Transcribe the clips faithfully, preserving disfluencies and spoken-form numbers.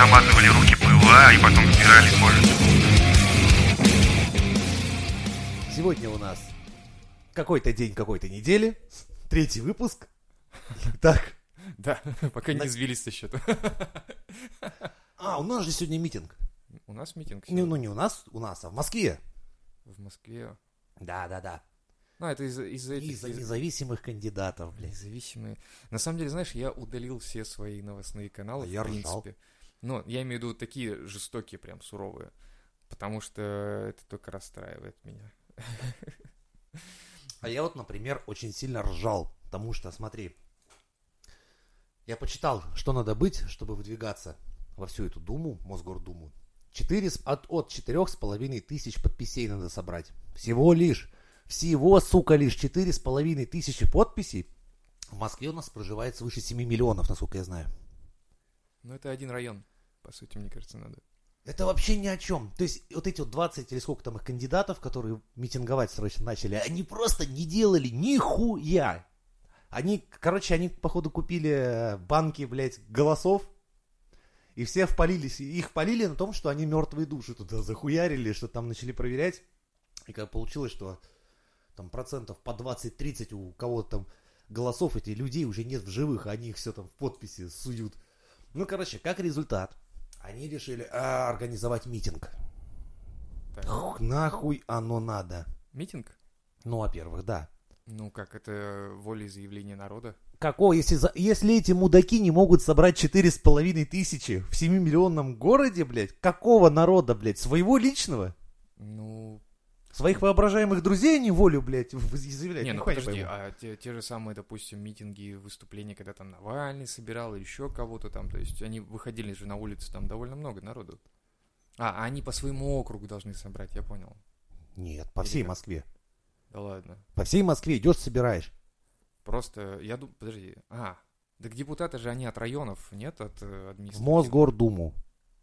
намазывали руки пыла и потом стирали позже. Сегодня у нас какой-то день какой-то недели, третий выпуск. Так. Да, пока не сбились со счета. А, у нас же сегодня митинг. У нас митинг Не, сегодня. ну не у нас, у нас, а в Москве. В Москве. Да, да, да. Ну, это из-за из-за этих... Из-за из- независимых кандидатов, блядь. Независимые. На самом деле, знаешь, я удалил все свои новостные каналы, А я в ржал. принципе. Но я имею в виду такие жестокие, прям суровые. Потому что это только расстраивает меня. А я вот, например, очень сильно ржал, потому что, смотри, я почитал, что надо быть, чтобы выдвигаться во всю эту Думу, Мосгордуму. Четыре, с- от, от четырех с половиной тысяч подписей надо собрать. Всего лишь. Всего, сука, лишь четыре с половиной тысячи подписей. В Москве у нас проживает свыше семи миллионов, насколько я знаю. Ну, это один район, по сути, мне кажется, надо. Это вообще ни о чем. То есть вот эти вот двадцать или сколько там их кандидатов, которые митинговать срочно начали, они просто не делали нихуя. Они, короче, они, походу, купили банки, блядь, голосов, и все впалились. И их полили на том, что они мертвые души туда захуярили, что там начали проверять. И как получилось, что там процентов по двадцать-тридцать у кого-то там голосов, этих людей уже нет в живых, а они их все там в подписи суют. Ну, короче, как результат, они решили а, организовать митинг. Так. Ух, нахуй оно надо. Митинг? Ну, во-первых, да. Ну, как, это волеизъявление народа? Какого, если, за- если эти мудаки не могут собрать четыре с половиной тысячи в семимиллионном городе, блядь, какого народа, блядь, своего личного? Ну, Своих воображаемых друзей они волю, блядь, в- изъявлять? не, ну Нихуя подожди, пойму. а те, те же самые, допустим, митинги, выступления, когда там Навальный собирал, или еще кого-то там, то есть они выходили же на улицу, там довольно много народу. А, а они по своему округу должны собрать, я понял. Нет, по Или всей как? Москве. Да ладно. По всей Москве идешь, собираешь. Просто, я думаю, подожди, а, так депутаты же они от районов, нет, от э, В администрации? Мосгордуму.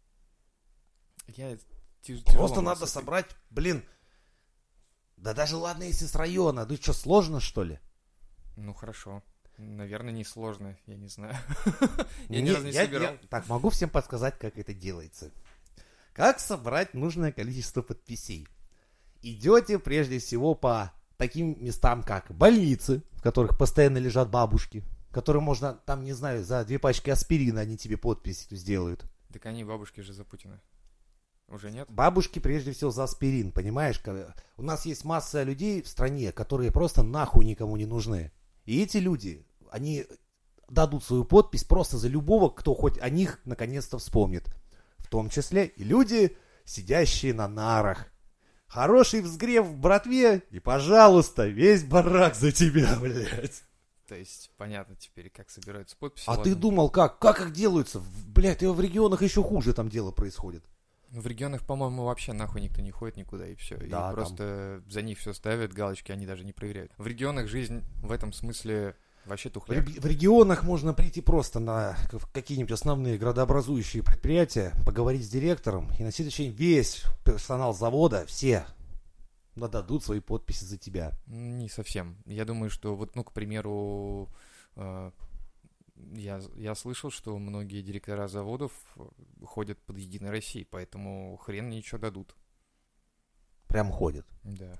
Я тяж- Просто тяжело надо мне с этой- собрать, блин. Да даже ладно, если с района. Да что, сложно, что ли? Ну, хорошо. Наверное, несложно, я не знаю. Я ни Не, разу не я- собирал. я- так, могу всем подсказать, как это делается. Как собрать нужное количество подписей? Идете прежде всего по таким местам, как больницы, в которых постоянно лежат бабушки, которым можно, там, не знаю, за две пачки аспирина они тебе подпись эту сделают. Так они, бабушки же за Путина. Уже нет? Бабушки прежде всего за аспирин, понимаешь? Ка- У нас есть масса людей в стране, которые просто нахуй никому не нужны. И эти люди, они дадут свою подпись просто за любого, кто хоть о них наконец-то вспомнит. В том числе и люди, сидящие на нарах. Хороший взгрев в братве, и, пожалуйста, весь барак за тебя, блядь. То есть, понятно теперь, как собираются подписи. А ладно. ты думал, как? Как их делаются? В- Блядь, и в регионах еще хуже там дело происходит. Ну, в регионах, по-моему, вообще нахуй никто не ходит никуда, и все. Да, и там. просто за них все ставят, галочки они даже не проверяют. В регионах жизнь в этом смысле вообще В, тухляк. реги- в регионах можно прийти просто на к- какие-нибудь основные градообразующие предприятия, поговорить с директором, и на следующий день весь персонал завода, все нададут свои подписи за тебя. Не совсем. Я думаю, что вот, ну, к примеру, э, я, я слышал, что многие директора заводов э, ходят под Единой Россией, поэтому хрен ничего дадут. Прям ходят. Да.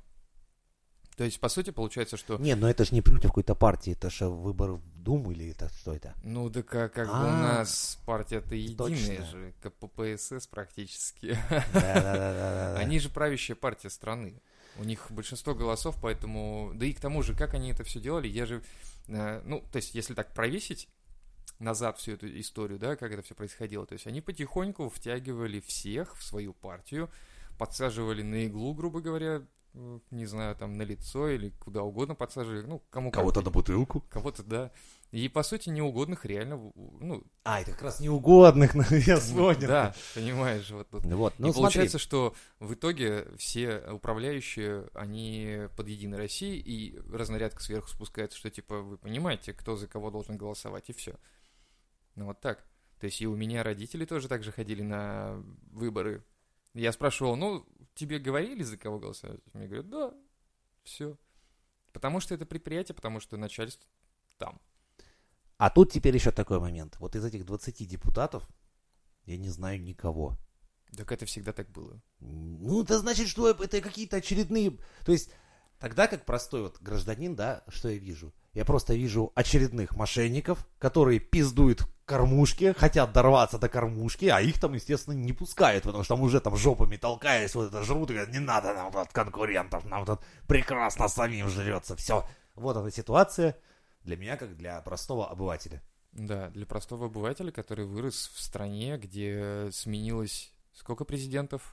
То есть, по сути, получается, что... Не, но это же не против какой-то партии, это же выборы в Думу или это что это? Ну, да как, как бы у А, нас партия-то единая точно. же, ка пэ пэ эс эс практически. Да-да-да-да-да. Они же правящая партия страны. У них большинство голосов, поэтому... Да и к тому же, как они это все делали, я же... э, Ну, то есть, если так провесить назад всю эту историю, да, как это все происходило, то есть, они потихоньку втягивали всех в свою партию, подсаживали на иглу, грубо говоря, э, не знаю, там, на лицо или куда угодно подсаживали, ну, кому как. Кого-то на бутылку. Кого-то, да. И, по сути, неугодных реально, в- ну, А, это как раз неугодных, я ну, понял. да, понимаешь, вот тут. Вот, И ну получается, смотри. что в итоге все управляющие, они под Единой Россией, и разнарядка сверху спускается, что, типа, вы понимаете, кто за кого должен голосовать, и все. Ну, вот так. То есть и у меня родители тоже так же ходили на выборы. Я спрашивал, ну, тебе говорили, за кого голосовать? Мне говорят, да, все. Потому что это предприятие, потому что начальство там. А тут теперь еще такой момент. Вот из этих двадцати депутатов, Я не знаю никого. Так это всегда так было. Ну, это значит, что это какие-то очередные... То есть, тогда как простой вот гражданин, да, что я вижу? Я просто вижу очередных мошенников, которые пиздуют кормушки, хотят дорваться до кормушки, а их там, естественно, не пускают, потому что там уже там жопами толкаясь, вот это жрут, и говорят, не надо нам тут конкурентов, нам тут прекрасно самим жрется. Все. Вот эта ситуация для меня, как для простого обывателя. Да, для простого обывателя, который вырос в стране, где сменилось... Сколько президентов?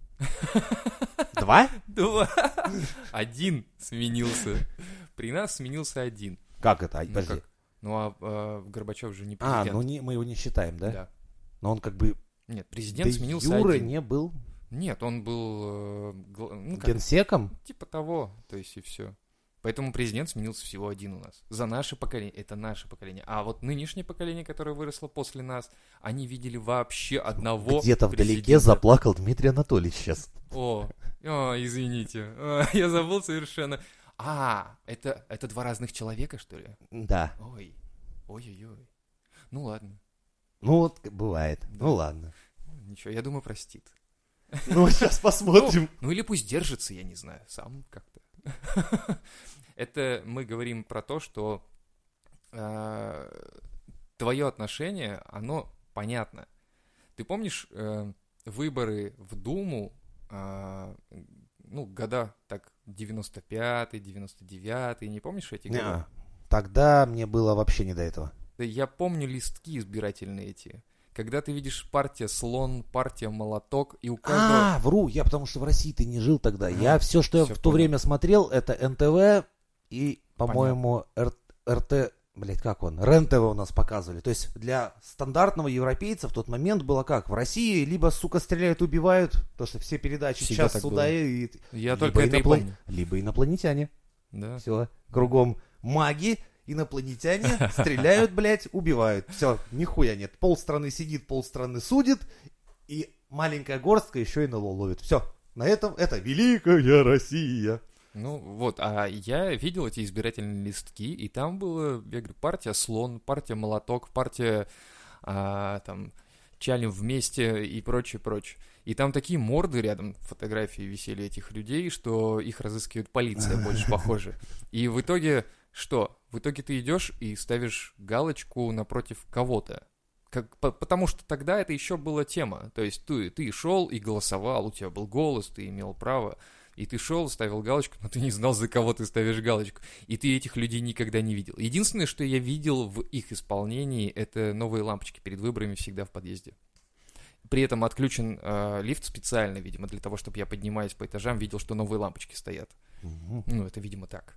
Два? Два. Один сменился. При нас сменился один. Как это? Ну, Подожди. как? Ну, а, а Горбачев же не А, президент. ну не, мы его не считаем, да? Да. Но он как бы Нет, президент де сменился юре один. не был Нет, он был... э, гла- ну, как, генсеком? типа того, то есть и все. Поэтому президент сменился всего один у нас. За наше поколение, это наше поколение. А вот нынешнее поколение, которое выросло после нас, они видели вообще одного Где-то вдалеке президента. заплакал Дмитрий Анатольевич сейчас. О, о, извините, О, я забыл совершенно. А, это, это два разных человека, что ли? Да. Ой, ой-ой-ой. Ну ладно, Ну вот, бывает. Да. Ну ладно. ничего, я думаю, простит. Ну, сейчас посмотрим. Ну или пусть держится, я не знаю, сам как-то. Это мы говорим про то, что э, твое отношение, оно понятно. Ты помнишь э, выборы в Думу, э, ну, года так девяносто пятый, девяносто девятый, не помнишь эти годы? Не, тогда мне было вообще не до этого. Да я помню листки избирательные эти. Когда ты видишь партия слон, партия молоток, и у каждого... А, вру, я потому что в России ты не жил тогда. А, Я все, что я всё в то понял. время смотрел, это эн тэ вэ и, по-моему, эр тэ... Блять, как он? РЕН-ТВ у нас показывали. То есть для стандартного европейца в тот момент было как? В России либо, сука, стреляют, убивают, потому что все передачи Всегда сейчас так суда было. и... Я либо только это и инопло- помню. Либо инопланетяне. Да. Все, кругом маги, инопланетяне, стреляют, блядь, убивают. Все, нихуя нет. Полстраны сидит, полстраны судит, и маленькая горстка еще и НЛО ловит. Все, на этом это великая Россия. Ну вот, а я видел эти избирательные листки, и там было, я говорю, партия слон, партия молоток, партия а, там чалим вместе и прочее, прочее. И там такие морды рядом, фотографии висели этих людей, что их разыскивает полиция, больше похоже. И в итоге что? В итоге ты идешь и ставишь галочку напротив кого-то. Как, по, потому что тогда это еще была тема. То есть ты, ты шел и голосовал, у тебя был голос, ты имел право. И ты шел, ставил галочку, но ты не знал, за кого ты ставишь галочку. И ты этих людей никогда не видел. Единственное, что я видел в их исполнении, это новые лампочки перед выборами всегда в подъезде. При этом отключен э, лифт специально, видимо, для того, чтобы я, поднимаясь по этажам, видел, что новые лампочки стоят. Угу. Ну, это, видимо, так.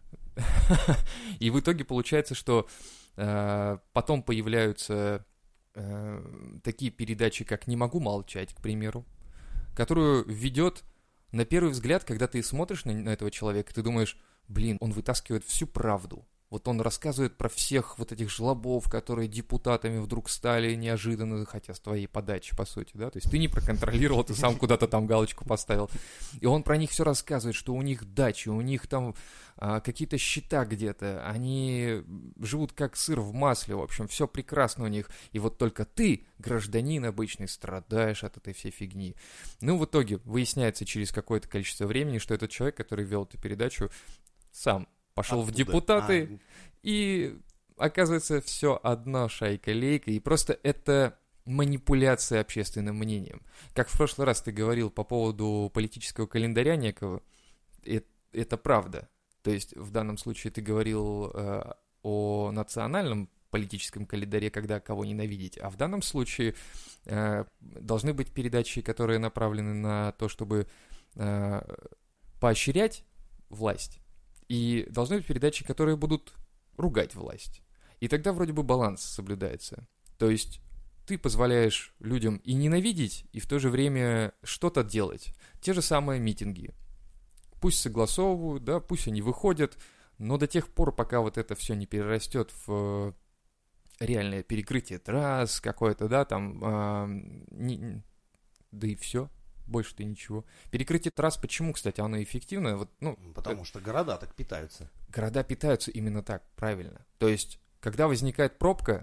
И в итоге получается, что э, потом появляются э, такие передачи, как «Не могу молчать», к примеру, которую ведет... На первый взгляд, когда ты смотришь на, на этого человека, ты думаешь, блин, он вытаскивает всю правду. Вот он рассказывает про всех вот этих жлобов, которые депутатами вдруг стали неожиданно, хотя с твоей подачи, по сути, да, то есть ты не проконтролировал, ты сам куда-то там галочку поставил. И он про них все рассказывает, что у них дачи, у них там а, какие-то счета где-то, они живут как сыр в масле, в общем, все прекрасно у них. И вот только ты, гражданин обычный, страдаешь от этой всей фигни. Ну, в итоге выясняется через какое-то количество времени, что этот человек, который вел эту передачу, сам пошел Оттуда. в депутаты, А. и оказывается все одно шайка-лейка, и просто это манипуляция общественным мнением. Как в прошлый раз ты говорил по поводу политического календаря некого, это, это правда. То есть в данном случае ты говорил э, о национальном политическом календаре, когда кого ненавидеть, а в данном случае э, должны быть передачи, которые направлены на то, чтобы э, поощрять власть, и должны быть передачи, которые будут ругать власть. И тогда вроде бы баланс соблюдается. То есть ты позволяешь людям и ненавидеть, и в то же время что-то делать. Те же самые митинги. Пусть согласовывают, да, пусть они выходят, но до тех пор, пока вот это все не перерастет в реальное перекрытие трасс какое-то, да, там, а, не, да и все. Больше-то ничего. Перекрытие трасс, почему, кстати, оно эффективно? Вот, ну, Потому что города так питаются. Города питаются именно так, правильно. То есть, когда возникает пробка, то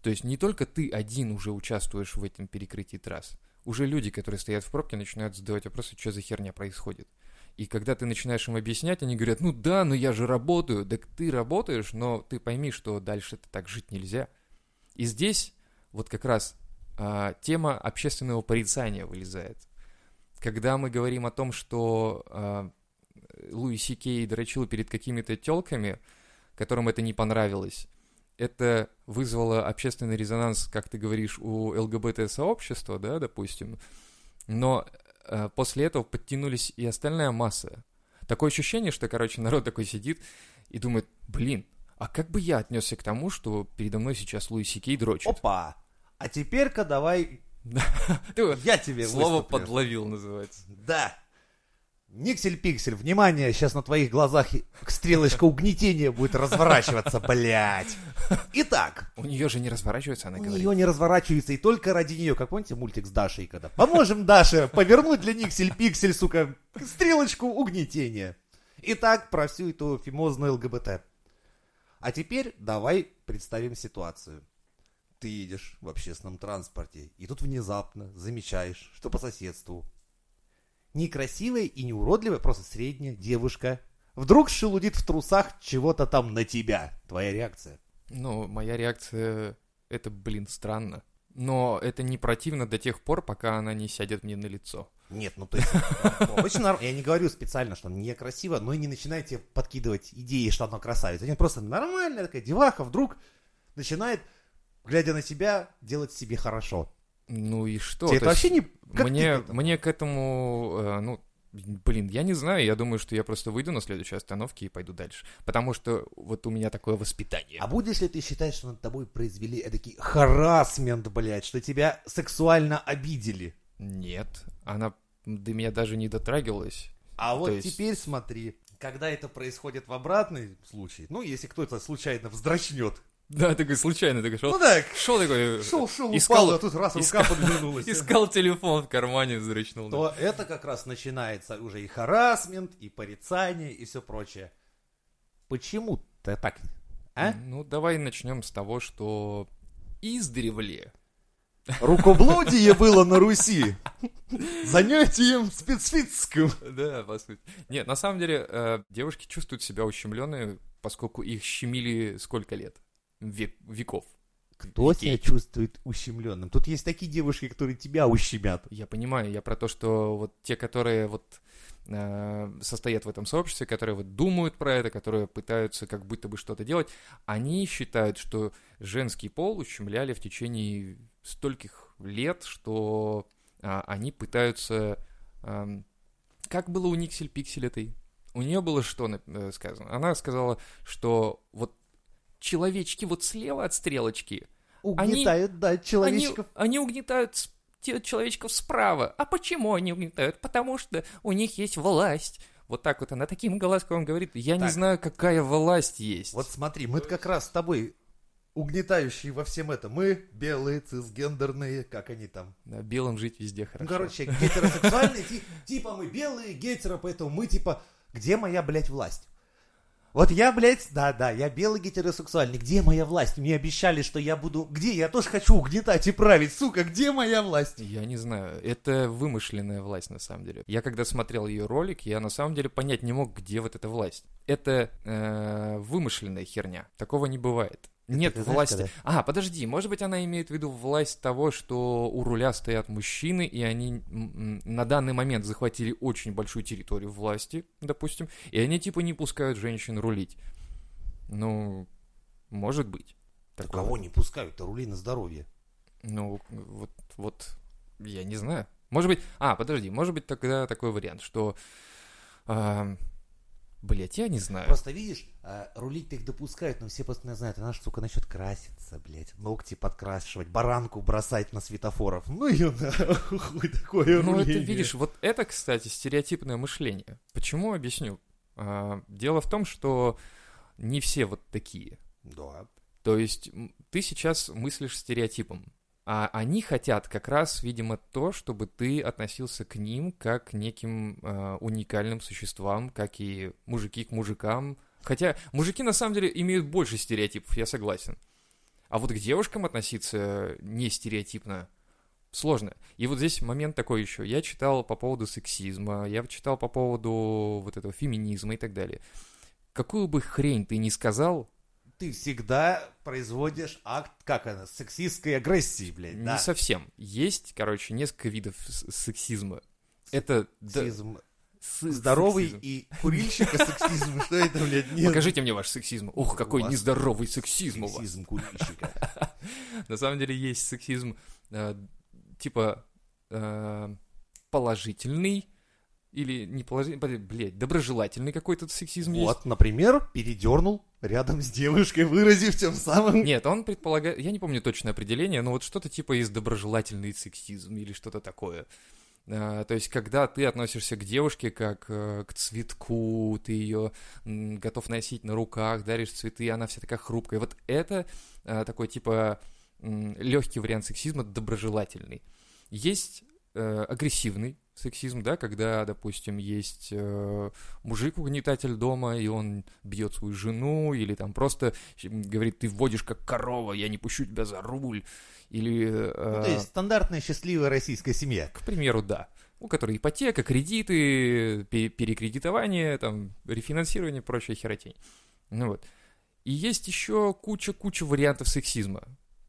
То есть не только ты один уже участвуешь в этом перекрытии трасс. Уже люди, которые стоят в пробке, начинают задавать вопросы, что за херня происходит. И когда ты начинаешь им объяснять, они говорят, ну да, но я же работаю. Так ты работаешь, но ты пойми, что дальше-то так жить нельзя. И здесь вот как раз а, тема общественного порицания вылезает. Когда мы говорим о том, что а, Луи Си Кей дрочил перед какими-то тёлками, которым это не понравилось, это вызвало общественный резонанс, как ты говоришь, у ЛГБТ-сообщества, да, допустим, но э, после этого подтянулись и остальная масса. Такое ощущение, что, короче, народ такой сидит и думает, блин, а как бы я отнесся к тому, что передо мной сейчас Луи Си Кей дрочит? Опа! А теперь-ка давай я тебе слово выступлю. подловил, называется. Да. Никсель-пиксель, внимание, сейчас на твоих глазах стрелочка угнетения будет разворачиваться, блядь. Итак. У нее же не разворачивается, она у говорит. У нее не разворачивается, и только ради нее, как помните мультик с Дашей, когда поможем Даше повернуть для Никсель-пиксель, сука, стрелочку угнетения. Итак, про всю эту фимозную ЛГБТ. А теперь давай представим ситуацию. Ты едешь в общественном транспорте, и тут внезапно замечаешь, что по соседству некрасивая и не уродливая, просто средняя девушка вдруг шелудит в трусах чего-то там на тебя. Твоя реакция? Ну, моя реакция, это, блин, странно. Но это не противно до тех пор, пока она не сядет мне на лицо. Нет, ну то есть, обычно, я не говорю специально, что она некрасива, но и не начинайте подкидывать идеи, что она красавица. Нет, просто нормальная такая деваха вдруг начинает, глядя на тебя, делать себе хорошо. Ну и что? Тебе это вообще не... Как мне, к мне к этому, э, ну, блин, я не знаю, я думаю, что я просто выйду на следующей остановке и пойду дальше. Потому что вот у меня такое воспитание. А будешь ли ты считать, что над тобой произвели эдакий харассмент, блядь, что тебя сексуально обидели? Нет, она до меня даже не дотрагивалась. А вот есть... теперь смотри, когда это происходит в обратный случай, ну, если кто-то случайно вздрачнет. Да, такой случайно, такой шел. Ну так, шел такой. Шел, шел, искал, упал, а тут раз искал, рука подвернулась. Искал телефон в кармане, вздрачнул. То да. Это как раз начинается уже и харассмент, и порицание, и все прочее. Почему-то так, а? Ну, давай начнем с того, что издревле рукоблудие было на Руси занятием специфическим. Да, по сути. Нет, на самом деле, девушки чувствуют себя ущемленными, поскольку их щемили сколько лет? Век, веков. Кто Векей. Себя чувствует ущемленным? Тут есть такие девушки, которые тебя ущемят. Я понимаю, я про то, что вот те, которые вот э, состоят в этом сообществе, которые вот думают про это, которые пытаются как будто бы что-то делать, они считают, что женский пол ущемляли в течение стольких лет, что э, они пытаются... Э, как было у Никсель-Пиксель этой? У нее было что э, сказано? Она сказала, что вот человечки вот слева от стрелочки угнетают, они, да, человечков. Они, они угнетают человечков справа. А почему они угнетают? Потому что у них есть власть. Вот так вот она таким голоском говорит. Я так. не знаю, какая власть есть. Вот смотри, мы как раз с тобой угнетающие во всем этом. Мы белые, цисгендерные, как они там. Да, белым жить везде хорошо. Ну, короче, гетеросексуальные, типа мы белые, гетеро, поэтому мы типа, где моя, блядь, власть? Вот я, блядь, да-да, я белый гетеросексуальный. Где моя власть? Мне обещали, что я буду... Где? Я тоже хочу угнетать и править, сука. Где моя власть? Я не знаю. Это вымышленная власть, на самом деле. Я когда смотрел ее ролик, я на самом деле понять не мог, где вот эта власть. Это э, вымышленная херня. Такого не бывает. Это Нет власти. Знаешь, а, подожди, может быть, она имеет в виду власть того, что у руля стоят мужчины, и они м- на данный момент захватили очень большую территорию власти, допустим, и они типа не пускают женщин рулить. Ну, может быть. Так кого не пускают-то, рули на здоровье? Ну, вот, вот, я не знаю. Может быть, а, подожди, может быть тогда такой вариант, что... Э- Блять, я не знаю. Просто видишь, рулить-то их допускают, но все просто не знают, она ж, сука, насчет краситься, блядь, ногти подкрашивать, баранку бросать на светофоров. Ну и нахуй такое руление. Ну это, видишь, вот это, кстати, стереотипное мышление. Почему? Объясню. Дело в том, что не все вот такие. Да. То есть ты сейчас мыслишь стереотипом. А они хотят как раз, видимо, то, чтобы ты относился к ним как к неким э, уникальным существам, как и мужики к мужикам. Хотя мужики на самом деле имеют больше стереотипов, я согласен. А вот к девушкам относиться не стереотипно сложно. И вот здесь момент такой еще. Я читал по поводу сексизма, я читал по поводу вот этого феминизма и так далее. Какую бы хрень ты ни сказал... Ты всегда производишь акт, как она, сексистской агрессии, блядь, Не да. совсем. Есть, короче, несколько видов с- сексизма. Это... да, Сексизм. с- Здоровый сексизм. и курильщика сексизм, что это, блядь, нет? Покажите мне ваш сексизм. Ух, какой У вас нездоровый сексизм у вас. Сексизм курильщика. На самом деле есть сексизм э, типа э, положительный или не положительный, блядь, доброжелательный какой-то сексизм есть. Вот, например, передернул рядом с девушкой, выразив тем самым... Нет, он предполагает, я не помню точное определение, но вот что-то типа есть доброжелательный сексизм или что-то такое. А, то есть, когда ты относишься к девушке как э, к цветку, ты ее м, готов носить на руках, даришь цветы, она вся такая хрупкая. Вот это э, такой типа м, легкий вариант сексизма, доброжелательный. Есть э, агрессивный сексизм, да, когда, допустим, есть э, мужик-угнетатель дома, и он бьет свою жену, или там просто говорит, ты водишь как корова, я не пущу тебя за руль, или... Э, Ну, то есть стандартная счастливая российская семья. к примеру, да. У которой ипотека, кредиты, пе- перекредитование, там, рефинансирование, прочая херотень. Ну вот. И есть еще куча-куча вариантов сексизма.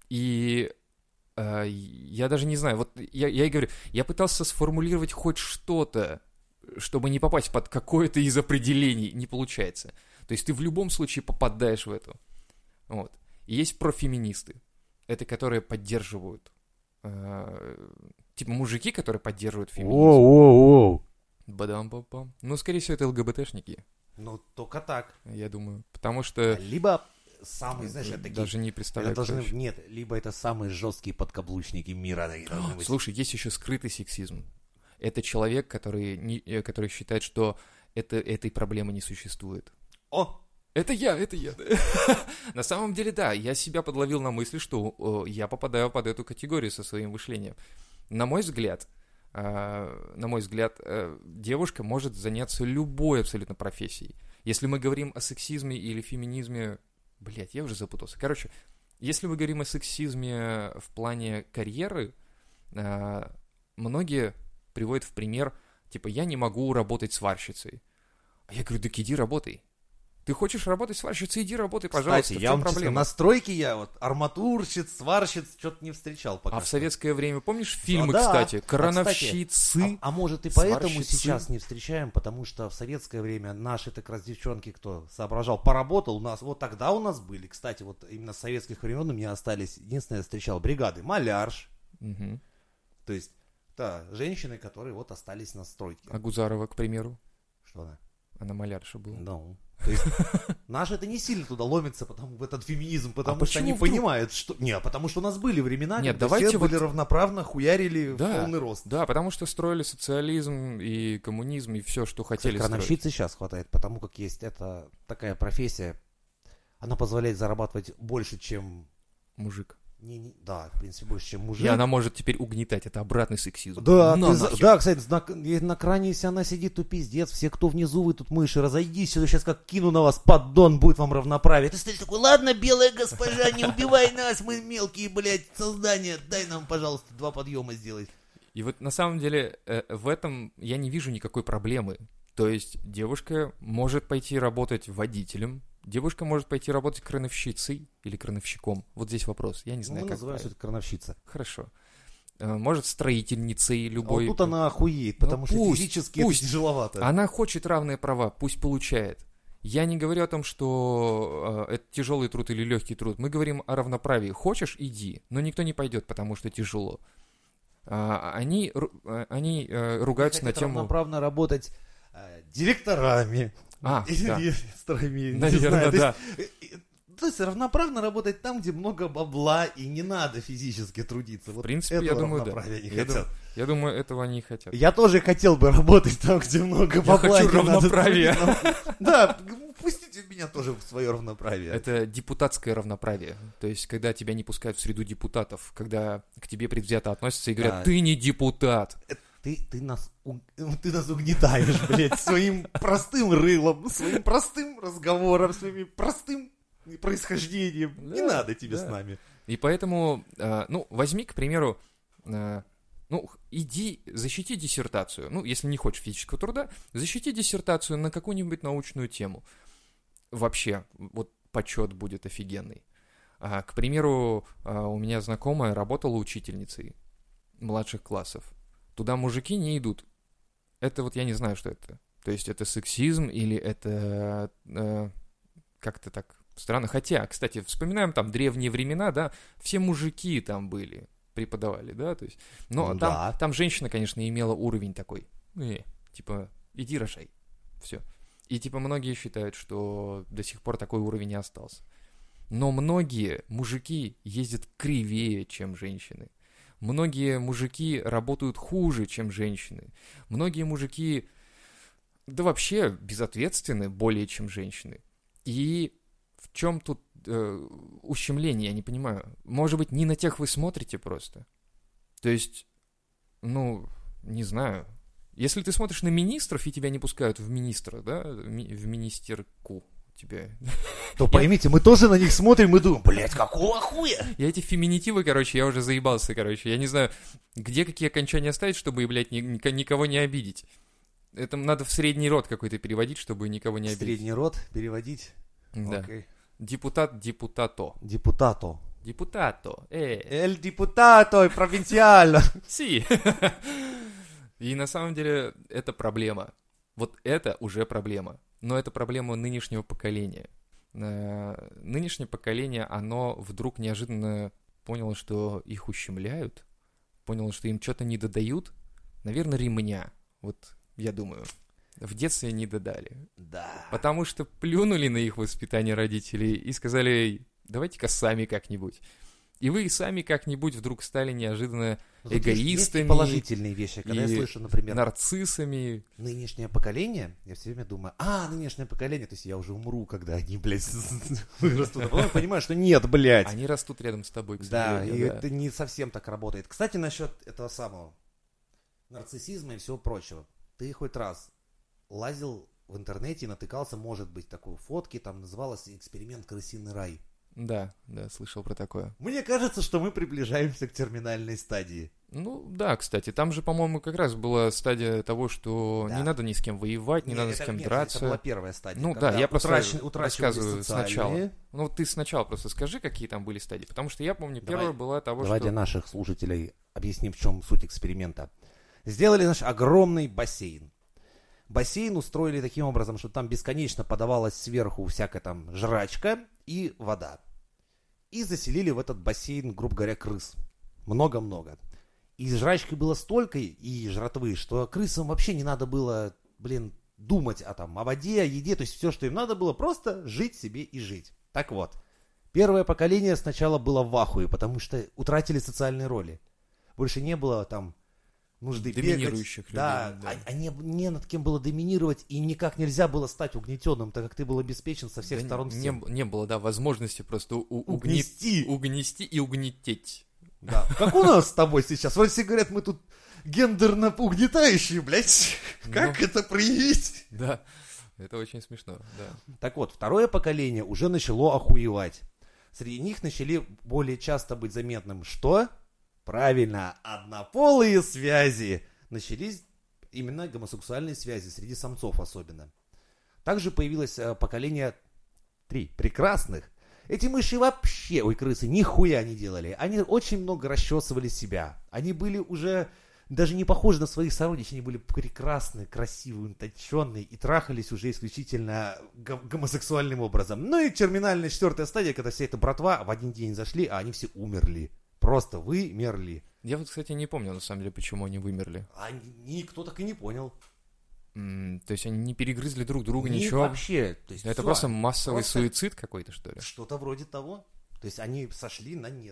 И э, я даже не знаю, вот я, я и говорю, я пытался сформулировать хоть что-то, чтобы не попасть под какое-то из определений, не получается. То есть ты в любом случае попадаешь в это. Вот. И есть профеминисты. Это которые поддерживают, э, типа мужики, которые поддерживают феминизм. Воу-воу-воу. Бадам-пам-пам. Ну, скорее всего, это ЛГБТшники, Ну, только так. я думаю. Потому что Либо самые, знаешь, это такие... даже не это представляю, кто должны... еще. Нет, либо это самые жесткие подкаблучники мира. Такие должны быть. Слушай, есть еще скрытый сексизм. Это человек, который, не, э, который считает, что это, этой проблемы не существует. О, Это я, это я. На самом деле, да, я себя подловил на мысли, что э, я попадаю под эту категорию со своим мышлением. На мой взгляд, э, на мой взгляд, э, девушка может заняться любой абсолютно профессией. Если мы говорим о сексизме или феминизме, блядь, я уже запутался. Короче, если мы говорим о сексизме в плане карьеры, э, многие приводят в пример, типа, я не могу работать сварщицей. А я говорю, так иди работай. Ты хочешь работать сварщицей, иди работай, пожалуйста. кстати, в я чем вам честно, проблема? на стройке я вот арматурщиц, сварщиц что-то не встречал пока. А в что. советское время, помнишь фильмы, да. кстати, А, крановщицы? А, а может и поэтому сварщицы. сейчас не встречаем, потому что в советское время наши так раз девчонки, кто соображал, поработал у нас, вот тогда у нас были, кстати, вот именно с советских времен у меня остались, единственное, я встречал бригады, малярш, Мгм. то есть, да, женщины, которые вот остались на стройке. А Гузарова, к примеру, Что она? она малярша была. Ну, то есть, наши это не сильно туда ломятся, потому в этот феминизм, потому А что они почему вдруг? понимают, что... Не, потому что у нас были времена, Нет, когда давайте все вот- были равноправно, хуярили Да, в полный рост. Да, потому что строили социализм и коммунизм и все, что хотели строить. Крановщицы сейчас хватает, потому как есть это такая профессия, она позволяет зарабатывать больше, чем... Мужик. Не, не- да, в принципе, больше, чем мужик. И она может теперь угнетать, это обратный сексизм. Да, На ты за- нахер. да, кстати, на, на кране, если она сидит, то пиздец. Все, кто внизу, вы тут мыши, разойдись сюда, сейчас как кину на вас поддон, будет вам равноправие. Ты стоишь такой, ладно, белая госпожа, не убивай нас, мы мелкие, блядь, создания, дай нам, пожалуйста, два подъема сделать. И вот на самом деле э, в этом я не вижу никакой проблемы. То есть девушка может пойти работать водителем, девушка может пойти работать крановщицей или крановщиком. Вот здесь вопрос, я не Ну, знаю, мы как называем, что правильно. это крановщица. Хорошо. Э, Может строительницей любой. А вот тут она охуеет, потому Ну, что пусть, физически пусть. это тяжеловато. Она хочет равные права, пусть получает. Я не говорю о том, что э, это тяжелый труд или легкий труд. Мы говорим о равноправии. Хочешь, иди, но никто не пойдет, потому что тяжело. А, они ру- э, они э, ругаются на Хотят тему... равноправно работать э, директорами. А, да. Инвесторами. не Наверное, знаю, то есть, да. э, э, То есть равноправно работать там, где много бабла и не надо физически трудиться. В принципе, я думаю, да. не Я хотят. думаю, я думаю, этого они и хотят. Я тоже хотел бы работать там, где много бабла. хочу и не надо равноправия. трудиться. Да, пустите меня тоже в свое равноправие. Это депутатское равноправие. То есть, когда тебя не пускают в среду депутатов, когда к тебе предвзято относятся и говорят, Да. ты не депутат. Ты, ты, нас, у- ты нас угнетаешь, блядь, своим простым рылом, своим простым разговором, своими простым происхождением. Не Да, надо тебе да. с нами. И поэтому, э, ну, возьми, к примеру, э, ну, иди защити диссертацию. Ну, если не хочешь физического труда, защити диссертацию на какую-нибудь научную тему. Вообще, вот почет будет офигенный. А, к примеру, а, у меня знакомая работала учительницей младших классов. Туда мужики не идут. Это вот я не знаю, что это. То есть это сексизм или это э, как-то так странно. Хотя, кстати, вспоминаем там древние времена, да, все мужики там были, преподавали, да, то есть. Но Ну там, да. там женщина, конечно, имела уровень такой. Э, типа, иди рожай. Все. И типа многие считают, что до сих пор такой уровень не остался. Но многие мужики ездят кривее, чем женщины. Многие мужики работают хуже, чем женщины. Многие мужики, да вообще, безответственны более, чем женщины. И в чем тут э, ущемление, я не понимаю. Может быть, не на тех вы смотрите просто. То есть, ну, не знаю. Если ты смотришь на министров, и тебя не пускают в министра, да, ми- в министерку тебя... То поймите, мы тоже на них смотрим и думаем, блядь, какого хуя? Я эти феминитивы, короче, я уже заебался, короче. Я не знаю, где какие окончания ставить, чтобы, блядь, ни- ни- никого не обидеть. Это надо в средний род какой-то переводить, чтобы никого не обидеть. Средний род переводить. Да. Окей. Депутат, депутато. Депутато. Депутато. Э, Эль депутато провинциально. си. И на самом деле это проблема. Вот это уже проблема. Но это проблема нынешнего поколения. Э, Нынешнее поколение, оно вдруг неожиданно поняло, что их ущемляют, поняло, что им что-то не додают. Наверное, ремня. Вот я думаю. В детстве не додали. Да. Потому что плюнули на их воспитание родителей и сказали, давайте-ка сами как-нибудь. И вы сами как-нибудь вдруг стали неожиданно Но тут есть- эгоистами, есть положительные вещи. Когда я и слышу, например, нарциссами. нынешнее поколение, я все время думаю, а, нынешнее поколение, то есть я уже умру, когда они, блядь, вырастут. А потом я понимаю, что нет, блядь. Они растут рядом с тобой, к Да, и сожалению. да. это не совсем так работает. Кстати, насчет этого самого нарциссизма и всего прочего. Ты хоть раз лазил в интернете и натыкался, может быть, такой фотки, там называлось «Эксперимент крысиный рай». Да, да, слышал про такое. Мне кажется, что мы приближаемся к терминальной стадии. Ну, да, кстати, там же, по-моему, как раз была стадия того, что Да. не надо ни с кем воевать, не Нет, надо это- с кем нет, драться. Это была первая стадия. Ну когда да, я просто утрачен- утрачивались рассказываю социальные. сначала. Ну, ты сначала просто скажи, какие там были стадии, потому что я помню, Давай- первая была того, Давай что... для наших слушателей объясним, в чем суть эксперимента. Сделали наш огромный бассейн. Бассейн устроили таким образом, что там бесконечно подавалась сверху всякая там жрачка и вода. И заселили в этот бассейн, грубо говоря, крыс. Много-много. И жрачки было столько, и жратвы, что крысам вообще не надо было, блин, думать о, там, о воде, о еде. То есть все, что им надо было, просто жить себе и жить. Так вот, первое поколение сначала было в ахуе, потому что утратили социальные роли. Больше не было там нужды Доминирующих бегать. Да, людей, да. а- они не над кем было доминировать, и никак нельзя было стать угнетенным, так как ты был обеспечен со всех Да сторон не, всем. б- не было, да, возможности просто у- у- Угнести. угне- угнести и угнететь. Да. Как у нас с тобой сейчас. Вот все говорят, мы тут гендерно угнетающие, блядь. Как Ну. это проявить? Да, это очень смешно, да. Так вот, второе поколение уже начало охуевать. Среди них начали более часто быть заметным, что? Правильно, однополые связи. Начались именно гомосексуальные связи, среди самцов особенно. Также появилось э, поколение три прекрасных. Эти мыши вообще, ой, крысы, нихуя не делали. Они очень много расчесывали себя. Они были уже даже не похожи на своих сородичей. Они были прекрасные, красивые, утонченные и трахались уже исключительно го- гомосексуальным образом. Ну и терминальная четвертая стадия, когда вся эта братва в один день зашли, а они все умерли. Просто вымерли. Я вот, кстати, не помню, на самом деле, почему они вымерли. А никто так и не понял. М, то есть они не перегрызли друг друга, Ни ничего. вообще. То есть Это всё. просто массовый Просто суицид какой-то, что ли? Что-то вроде того. То есть они сошли на нет.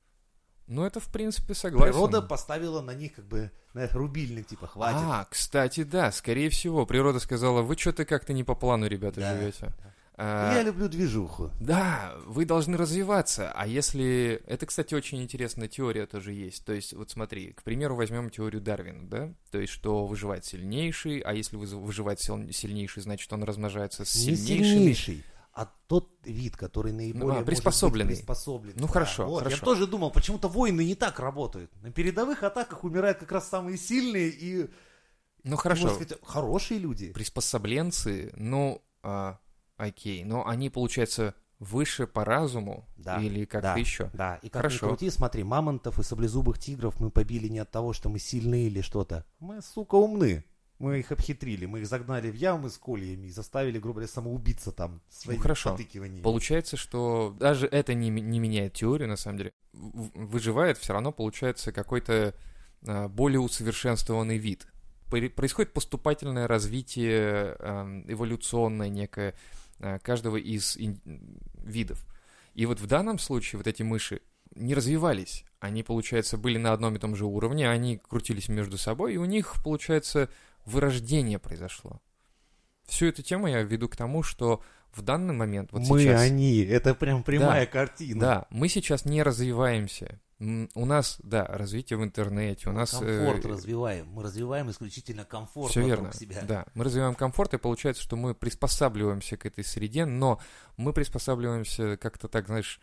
Ну, это, в принципе, согласен. Природа поставила на них как бы, знаешь, рубильник, типа, хватит. А, кстати, да, скорее всего, природа сказала, вы что-то как-то не по плану, ребята, Да, живете. да. А, Я люблю движуху. Да, вы должны развиваться. А если... Это, кстати, очень интересная теория тоже есть. То есть, вот смотри, к примеру, возьмем теорию Дарвина, да? То есть, что выживает сильнейший, а если вы- выживает сил- сильнейший, значит, он размножается с Не сильнейшими. сильнейший, а тот вид, который наиболее Ну, а, приспособленный. Может быть приспособлен. Ну, Да, хорошо, вот. хорошо. Я тоже думал, почему-то воины не так работают. На передовых атаках умирают как раз самые сильные и, Ну, хорошо. можно сказать, хорошие люди. Приспособленцы, ну, а, окей, но они, получается, выше по разуму Да, или как-то да, еще? Да, и как Хорошо. ни крути, смотри, мамонтов и саблезубых тигров мы побили не от того, что мы сильны или что-то. Мы, сука, умны. Мы их обхитрили, мы их загнали в ямы с кольями и заставили, грубо говоря, самоубиться там своими Ну, хорошо. потыкиваниями. Получается, что даже это не, м- не меняет теорию, на самом деле. В- Выживает все равно, получается, какой-то а, более усовершенствованный вид. Пори- Происходит поступательное развитие, ам, эволюционное некое, а, каждого из ин- видов. И вот в данном случае вот эти мыши не развивались. Они, получается, были на одном и том же уровне, они крутились между собой, и у них, получается, вырождение произошло. Всю эту тему я веду к тому, что в данный момент, вот мы, сейчас... они, это прям прямая Да, картина. Да, мы сейчас не развиваемся. М, У нас, да, развитие в интернете, у нас... Комфорт э, развиваем. Мы развиваем исключительно комфорт Все вокруг верно, себя. да. Мы развиваем комфорт, и получается, что мы приспосабливаемся к этой среде, но мы приспосабливаемся как-то так, знаешь,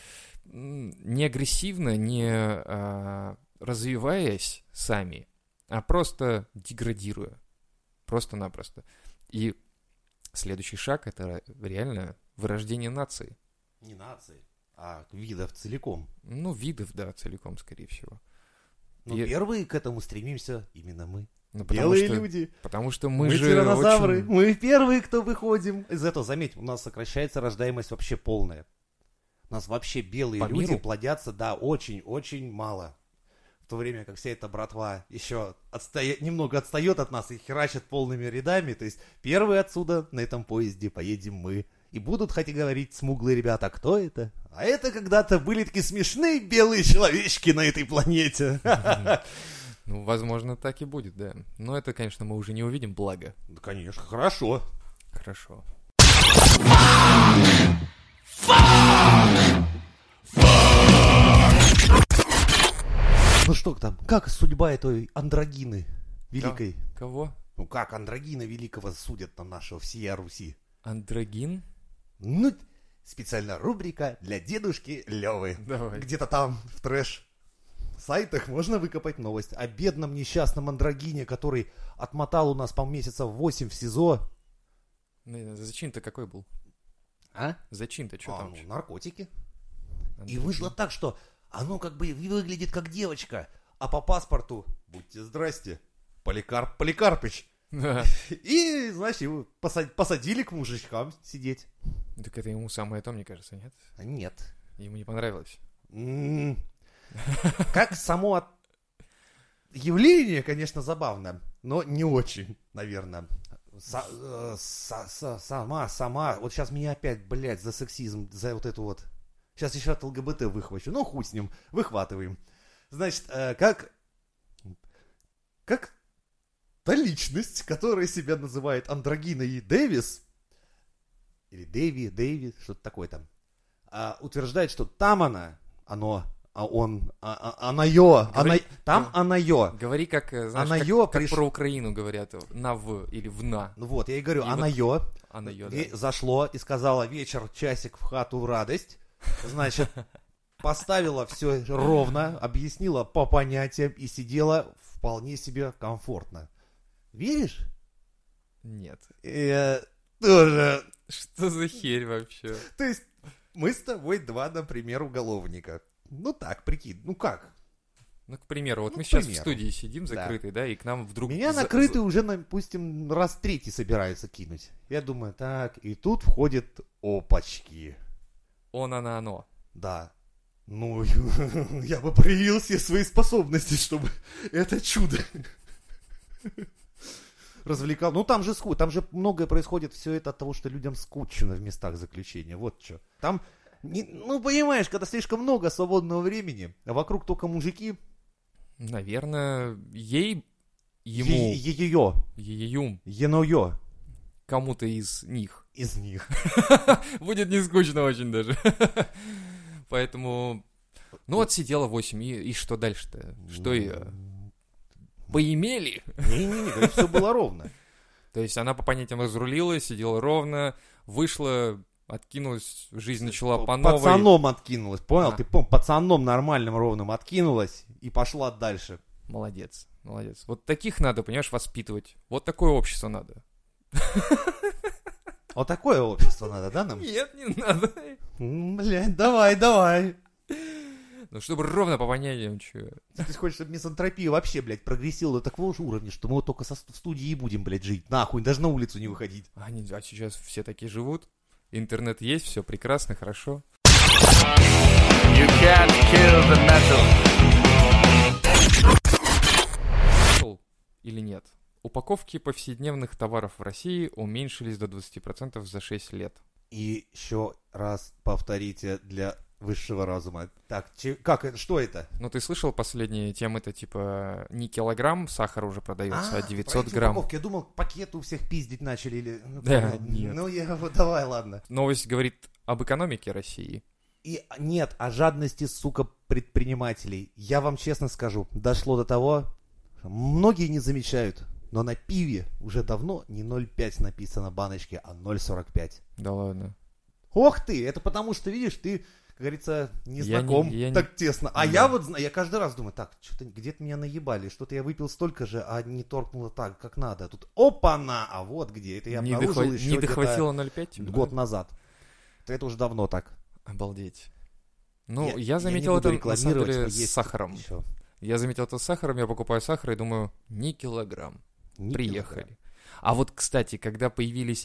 м, не агрессивно, не а, развиваясь сами, а просто деградируя. Просто-напросто. И следующий шаг — это реально вырождение нации. Не нации, а видов целиком. Ну, видов, да, целиком, скорее всего. Но И- первые к этому стремимся именно мы. Ну, потому Белые что, люди. Потому что мы, Мы, же тираннозавры. очень... Мы первые, кто выходим. Из этого, заметь, у нас сокращается рождаемость вообще полная. У нас вообще белые По люди миру? плодятся, да, очень-очень мало. В то время как вся эта братва еще отстоя... немного отстает от нас и херачит полными рядами. То есть первые отсюда на этом поезде поедем мы. И будут, хоть и говорить, смуглые ребята, кто это? А это когда-то были такие смешные белые человечки на этой планете. Ну, возможно, так и будет, да. Но это, конечно, мы уже не увидим, благо. Да, конечно, хорошо. Хорошо. Ну что там, как судьба этой андрогины великой? Кого? Ну как андрогина великого судят на нашего всея Руси? Андрогин? Ну, специально рубрика для дедушки Левы. Давай. Где-то там в трэш сайтах можно выкопать новость о бедном несчастном андрогине, который отмотал у нас, по-моему, месяцев восемь в СИЗО. Ну, зачин-то какой был? А? Зачин-то что А, там? ну, вообще? наркотики. И Андрогин. вышло так, что оно как бы выглядит как девочка, а по паспорту, будьте здрасте, Поликарп Поликарпыч. Да. И, знаешь, его посад- посадили к мужичкам сидеть. Так это ему самое то, мне кажется, нет? А нет. Ему не понравилось. М. Как само от- явление, конечно, забавно, но не очень, наверное. Са- э, са- са- Сама, сама. Вот сейчас меня опять, блядь, за сексизм, за вот эту вот. Сейчас еще от ЛГБТ выхвачу. Ну, хуй с ним. Выхватываем. Значит, э, как... Как та личность, которая себя называет Андрогиной Дэвис, или Дэви, Дэви, что-то такое там, а, утверждает, что там она, оно, а он, а, а, она ё, она, Говори- там да. она ё. Говори, как, э, знаешь, Она как, ё как приш- про Украину говорят, на в или в на. Ну вот, я и говорю, И она вот- ё, Она ё, ве- да. зашло и сказала вечер, часик в хату в радость, значит, поставила все ровно, объяснила по понятиям и сидела вполне себе комфортно. Веришь? Нет. Я тоже. Что за херь вообще? То есть мы с тобой два, например, уголовника. Ну так, прикинь, ну как? Ну, к примеру, вот Ну, мы к сейчас примеру. в студии сидим Да. закрытые, да, и к нам вдруг... Меня за- накрытый уже, допустим, раз третий собираются кинуть. Я думаю, так, и тут входит опачки. Он, она, оно. Да. Ну, я бы проявил все свои способности, чтобы это чудо развлекал. Ну, там же ску... там же многое происходит все это от того, что людям скучно в местах заключения. Вот что. Там, не... ну, понимаешь, когда слишком много свободного времени, а вокруг только мужики, Наверное, ей, ему, ее, еюм, еное кому-то из них. из них. Будет не скучно очень даже. Поэтому... Ну вот сидела восемь, и, и что дальше-то? Что ее? Поимели? Не-не-не, все было ровно. То есть она по понятиям разрулила, сидела ровно, вышла, откинулась, жизнь начала по новой. Пацаном откинулась, понял? А. Ты помнишь, пацаном нормальным, ровным откинулась и пошла дальше. Молодец, молодец. Вот таких надо, понимаешь, воспитывать. Вот такое общество надо. Вот такое общество надо, да, нам? Нет, не надо. М, Блядь, давай, давай. Ну, чтобы ровно по понятиям, чё. Ты хочешь, чтобы мизантропия вообще, блядь, прогрессировала до такого же уровня, что мы вот только со ст- в студии и будем, блядь, жить. Нахуй, даже на улицу не выходить. А, они, а сейчас все такие живут. Интернет есть, все прекрасно, хорошо. You can't kill the metal. Слышал или нет? Упаковки повседневных товаров в России уменьшились до двадцати процентов за шесть лет. И еще раз повторите для высшего разума. Так, че- как это, что это? Ну, ты слышал последние темы-то, типа, не килограмм сахара уже продается, а, про девятьсот эти грамм. упаковки. Я думал, пакеты у всех пиздить начали или... Ну, Да, понятно. нет. Ну, я, вот давай, ладно. Новость говорит об экономике России. И нет, о жадности, сука, предпринимателей. Я вам честно скажу, дошло до того, что многие не замечают, но на пиве уже давно не ноль целых пять написано баночки, а ноль целых сорок пять. Да ладно. Ох ты, это потому что, видишь, ты, как говорится, не Я знаком не- я не- так тесно. А Да. я вот знаю, я каждый раз думаю, так, что-то где-то меня наебали, что-то я выпил столько же, а не торкнуло так, как надо. Тут опа-на, а вот где. Это я не обнаружил дохва- еще не где-то дохватило ноль целых пять? тебе, год да? назад. Это уже давно так. Обалдеть. Ну, я, я заметил не буду это, на самом рекламировать, деле, но с есть сахаром. еще. Я заметил это с сахаром, я покупаю сахар и думаю, не килограмм. Не Приехали. килограмм. А вот, кстати, когда появились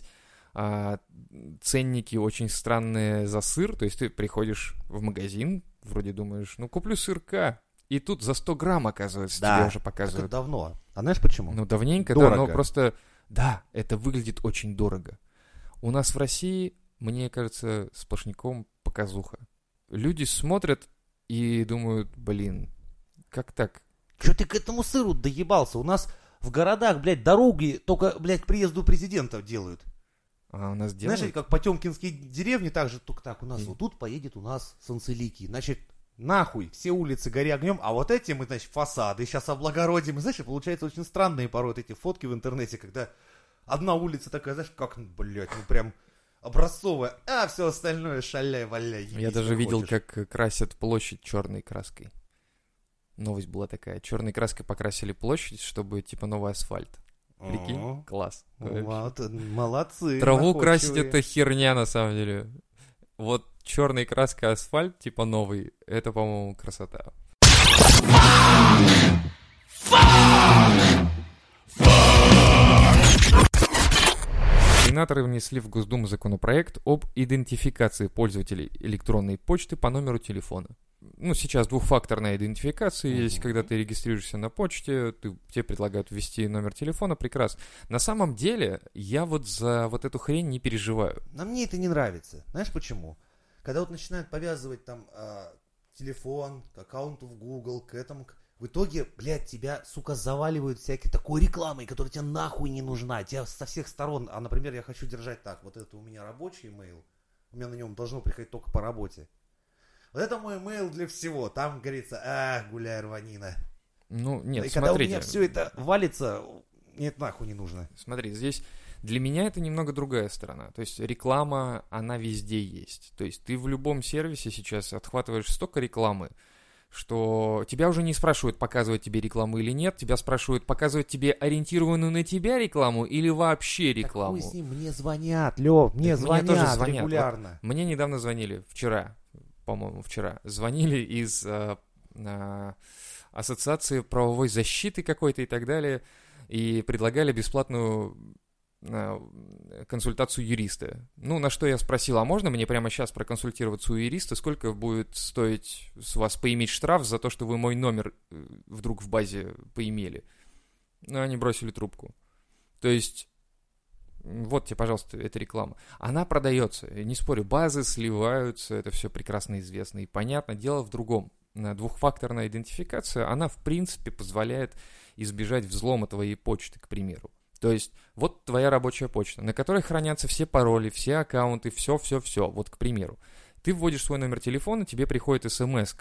а, ценники очень странные за сыр, то есть ты приходишь в магазин, вроде думаешь, ну куплю сырка, и тут за сто грамм, оказывается, Да, тебе уже так это показывают. давно. А знаешь почему? Ну, давненько, да, Дорого. но просто, да, это выглядит очень дорого. У нас в России, мне кажется, сплошняком показуха. Люди смотрят и думают, блин, как так? Че ты к этому сыру доебался? У нас в городах, блядь, дороги только, блядь, к приезду президентов делают. А у нас делают? Знаешь, как потемкинские деревни, так же, только так у нас. И- Вот тут поедет у нас Санцелики. Значит, нахуй, все улицы гори огнем, а вот эти мы, значит, фасады сейчас облагородим. И, знаешь, получается очень странные порой вот эти фотки в интернете, когда одна улица такая, знаешь, как, ну, блядь, ну прям образцовая, а все остальное шаляй-валяй. Я ебись, даже как видел, хочешь. как красят площадь черной краской. Новость была такая. Черной краской покрасили площадь, чтобы типа новый асфальт. Прикинь? О, Класс. вот, молодцы. Траву красить находчивые. это херня на самом деле. Вот черной краской асфальт, типа новый, это, по-моему, красота. Сенаторы внесли в Госдуму законопроект об идентификации пользователей электронной почты по номеру телефона. Ну, сейчас двухфакторная идентификация Мгм. есть, когда ты регистрируешься на почте, ты, тебе предлагают ввести номер телефона, прекрасно. На самом деле, я вот за вот эту хрень не переживаю. Но мне это не нравится. Знаешь почему? Когда вот начинают повязывать там а, телефон к аккаунту в Google, к этому, к- в итоге, блядь, тебя, сука, заваливают всякой такой рекламой, которая тебе нахуй не нужна. Тебя со всех сторон. А, например, я хочу держать так. Вот это у меня рабочий имейл. У меня на нем должно приходить только по работе. Вот это мой имейл для всего. Там говорится, ах, гуляй, рванина. Ну, нет, И когда у смотрите. меня все это валится, мне это нахуй не нужно. Смотри, здесь для меня это немного другая сторона. То есть реклама, она везде есть. То есть ты в любом сервисе сейчас отхватываешь столько рекламы, что тебя уже не спрашивают, показывать тебе рекламу или нет. Тебя спрашивают, показывать тебе ориентированную на тебя рекламу или вообще рекламу. Так хуй с ним, мне звонят, Лев, мне Так мне звонят, тоже звонят. регулярно. Мне недавно звонили, вчера, по-моему, вчера, звонили из э, э, Ассоциации правовой защиты какой-то и так далее, и предлагали бесплатную э, консультацию юриста. Ну, на что я спросил, а можно мне прямо сейчас проконсультироваться у юриста, сколько будет стоить с вас поиметь штраф за то, что вы мой номер э, вдруг в базе поимели? Ну, они бросили трубку. То есть... Вот тебе, пожалуйста, эта реклама. Она продается, не спорю, базы сливаются, это все прекрасно известно и понятно. Дело в другом. Двухфакторная идентификация, она в принципе позволяет избежать взлома твоей почты, к примеру. То есть вот твоя рабочая почта, на которой хранятся все пароли, все аккаунты, все-все-все. Вот, к примеру, ты вводишь свой номер телефона, тебе приходит смс-ка,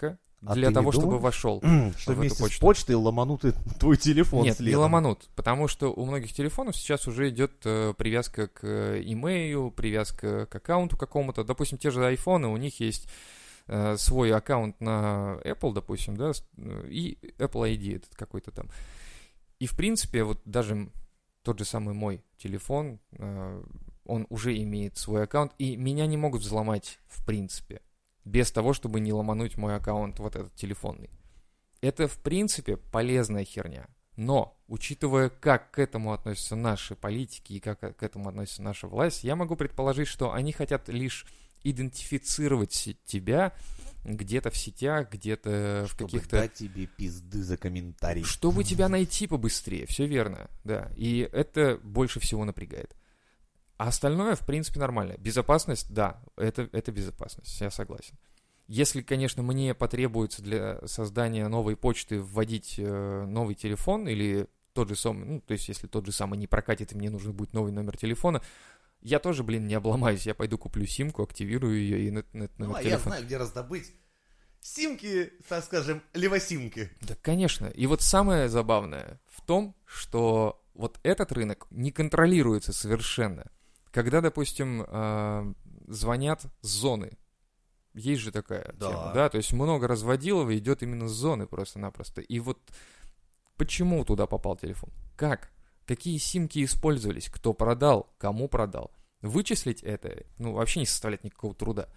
А для ты того, не чтобы думаешь, вошел что в вместе эту с почту. почтой ломанут и твой телефон Нет, следом? не ломанут, потому что у многих телефонов сейчас уже идет э, привязка к э, имейлу, привязка к аккаунту какому-то. Допустим, те же айфоны, у них есть э, свой аккаунт на Apple, допустим, да, с- э, и Apple ай ди этот какой-то там. И, в принципе, вот даже м- тот же самый мой телефон, э, он уже имеет свой аккаунт, и меня не могут взломать, в принципе, без того, чтобы не ломануть мой аккаунт, вот этот телефонный. Это, в принципе, полезная херня. Но, учитывая, как к этому относятся наши политики и как к этому относится наша власть, я могу предположить, что они хотят лишь идентифицировать се- тебя где-то в сетях, где-то в Чтобы каких-то... дать тебе пизды за комментарий. Чтобы тебя найти побыстрее, все верно, да. И это больше всего напрягает. А остальное, в принципе, нормально. Безопасность, да, это, это безопасность, я согласен. Если, конечно, мне потребуется для создания новой почты вводить э, новый телефон или тот же самый, ну, то есть если тот же самый не прокатит и мне нужен будет новый номер телефона, я тоже, блин, не обломаюсь, я пойду куплю симку, активирую ее и на, на этот Ну, номер а я телефона. знаю, где раздобыть симки, так скажем, левосимки. Да, конечно. И вот самое забавное в том, что вот этот рынок не контролируется совершенно. Когда, допустим, э, звонят с зоны, есть же такая Да. тема, да, то есть много разводилова идет именно с зоны просто-напросто. И вот почему туда попал телефон? Как? Какие симки использовались? Кто продал? Кому продал? Вычислить это, ну, вообще не составляет никакого труда.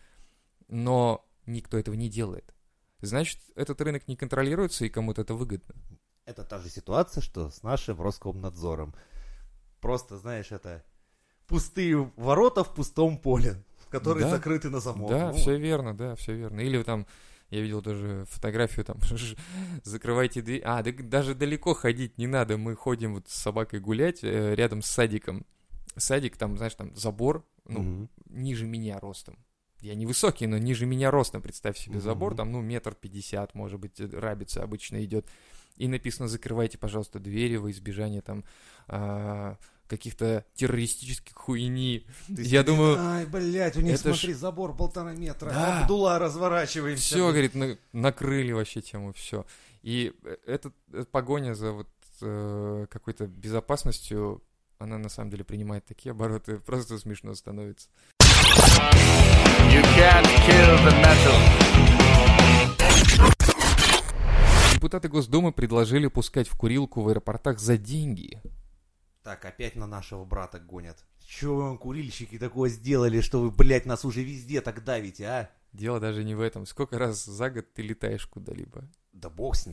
Но никто этого не делает. Значит, этот рынок не контролируется, и кому-то это выгодно. Это та же ситуация, что с нашим Роскомнадзором. Просто, знаешь, это пустые ворота в пустом поле, которые Да. закрыты на замок. Да, Ну, все верно, да, все верно. Или там, я видел даже фотографию, там, закрывайте дверь. А, да, даже далеко ходить не надо. Мы ходим вот с собакой гулять э, рядом с садиком. Садик, там, знаешь, там забор, ну, мгм. ниже меня ростом. Я не высокий, но ниже меня ростом, представь себе, Мгм. забор, там, ну, метр пятьдесят, может быть, рабица обычно идет. И написано, закрывайте, пожалуйста, двери во избежание там а, каких-то террористических хуйни. Ты Я себе, думаю, ай, блядь, у них, это ж- смотри, забор полтора метра. Да. Абдулла, разворачиваемся. все, говорит, на- накрыли вообще тему, все. И э, эта, эта погоня за вот э, какой-то безопасностью, она на самом деле принимает такие обороты, просто смешно становится. You can't kill the metal. Депутаты Госдумы предложили пускать в курилку в аэропортах за деньги. Так, опять на нашего брата гонят. Чё вам, курильщики, такое сделали, что вы, блядь, нас уже везде так давите, а? Дело даже не в этом. Сколько раз за год ты летаешь куда-либо? Да бог с ним.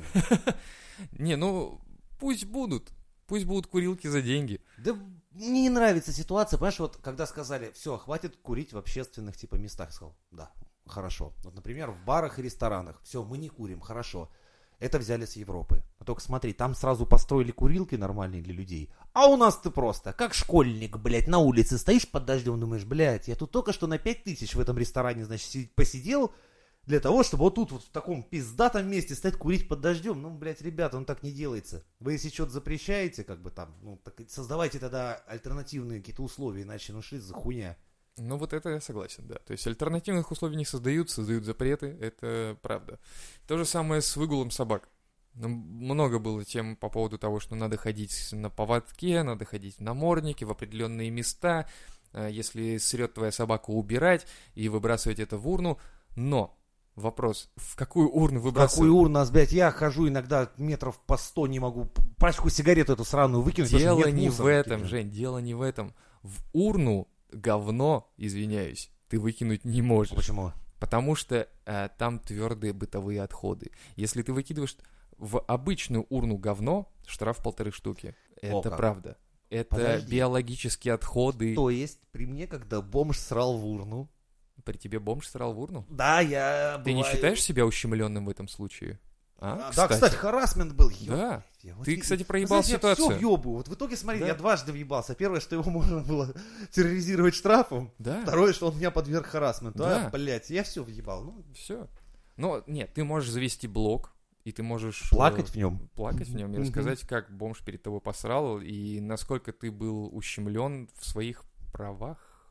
Не, ну, пусть будут. Пусть будут курилки за деньги. Да мне не нравится ситуация, понимаешь, вот когда сказали, все, хватит курить в общественных типа местах, сказал, да, хорошо. Вот, например, в барах и ресторанах, все, мы не курим, хорошо. Это взяли с Европы. А только смотри, там сразу построили курилки нормальные для людей. А у нас ты просто, как школьник, блядь, на улице стоишь под дождем, думаешь, блядь, я тут только что на пять тысяч в этом ресторане, значит, си- посидел для того, чтобы вот тут вот в таком пиздатом месте стоять курить под дождем. Ну, блядь, ребята, ну так не делается. Вы если что-то запрещаете, как бы там, ну, так и создавайте тогда альтернативные какие-то условия, иначе, ну, что это за хуйня? Ну, вот это я согласен, да. То есть альтернативных условий не создают, создают запреты, это правда. То же самое с выгулом собак. Ну, много было тем по поводу того, что надо ходить на поводке, надо ходить в наморднике, в определенные места. э, Если срет твоя собака, убирать и выбрасывать это в урну. Но вопрос, в какую урну В выбрасывать? какую урну, нас, блядь, я хожу иногда метров по сто, не могу пачку сигарет эту сраную выкинуть. потому что Дело нет не в мусора, этом, блин. Жень, дело не в этом. В урну говно, извиняюсь, ты выкинуть не можешь. Почему? Потому что э, там твердые бытовые отходы. Если ты выкидываешь в обычную урну говно, штраф полторы штуки. О, Это как. правда. Это Подожди. биологические отходы. То есть, при мне, когда бомж срал в урну, При тебе бомж срал в урну? да, я Ты не бываю- считаешь себя ущемленным в этом случае? А, А, да, кстати, харасмент был. ёб- Да. я вот Ты, и- кстати, Вы проебал знаете, я ситуацию. все въебываю. Вот в итоге, смотри, Да. я дважды въебался. Первое, что его можно было терроризировать штрафом. Да. Второе, что он меня подверг харассменту. Да. А, блядь, я все въебал. Ну, Все. Но нет, ты можешь завести блог, и ты можешь... плакать э, в нем. плакать в нем и Мгм. рассказать, как бомж перед тобой посрал, и насколько ты был ущемлен в своих правах.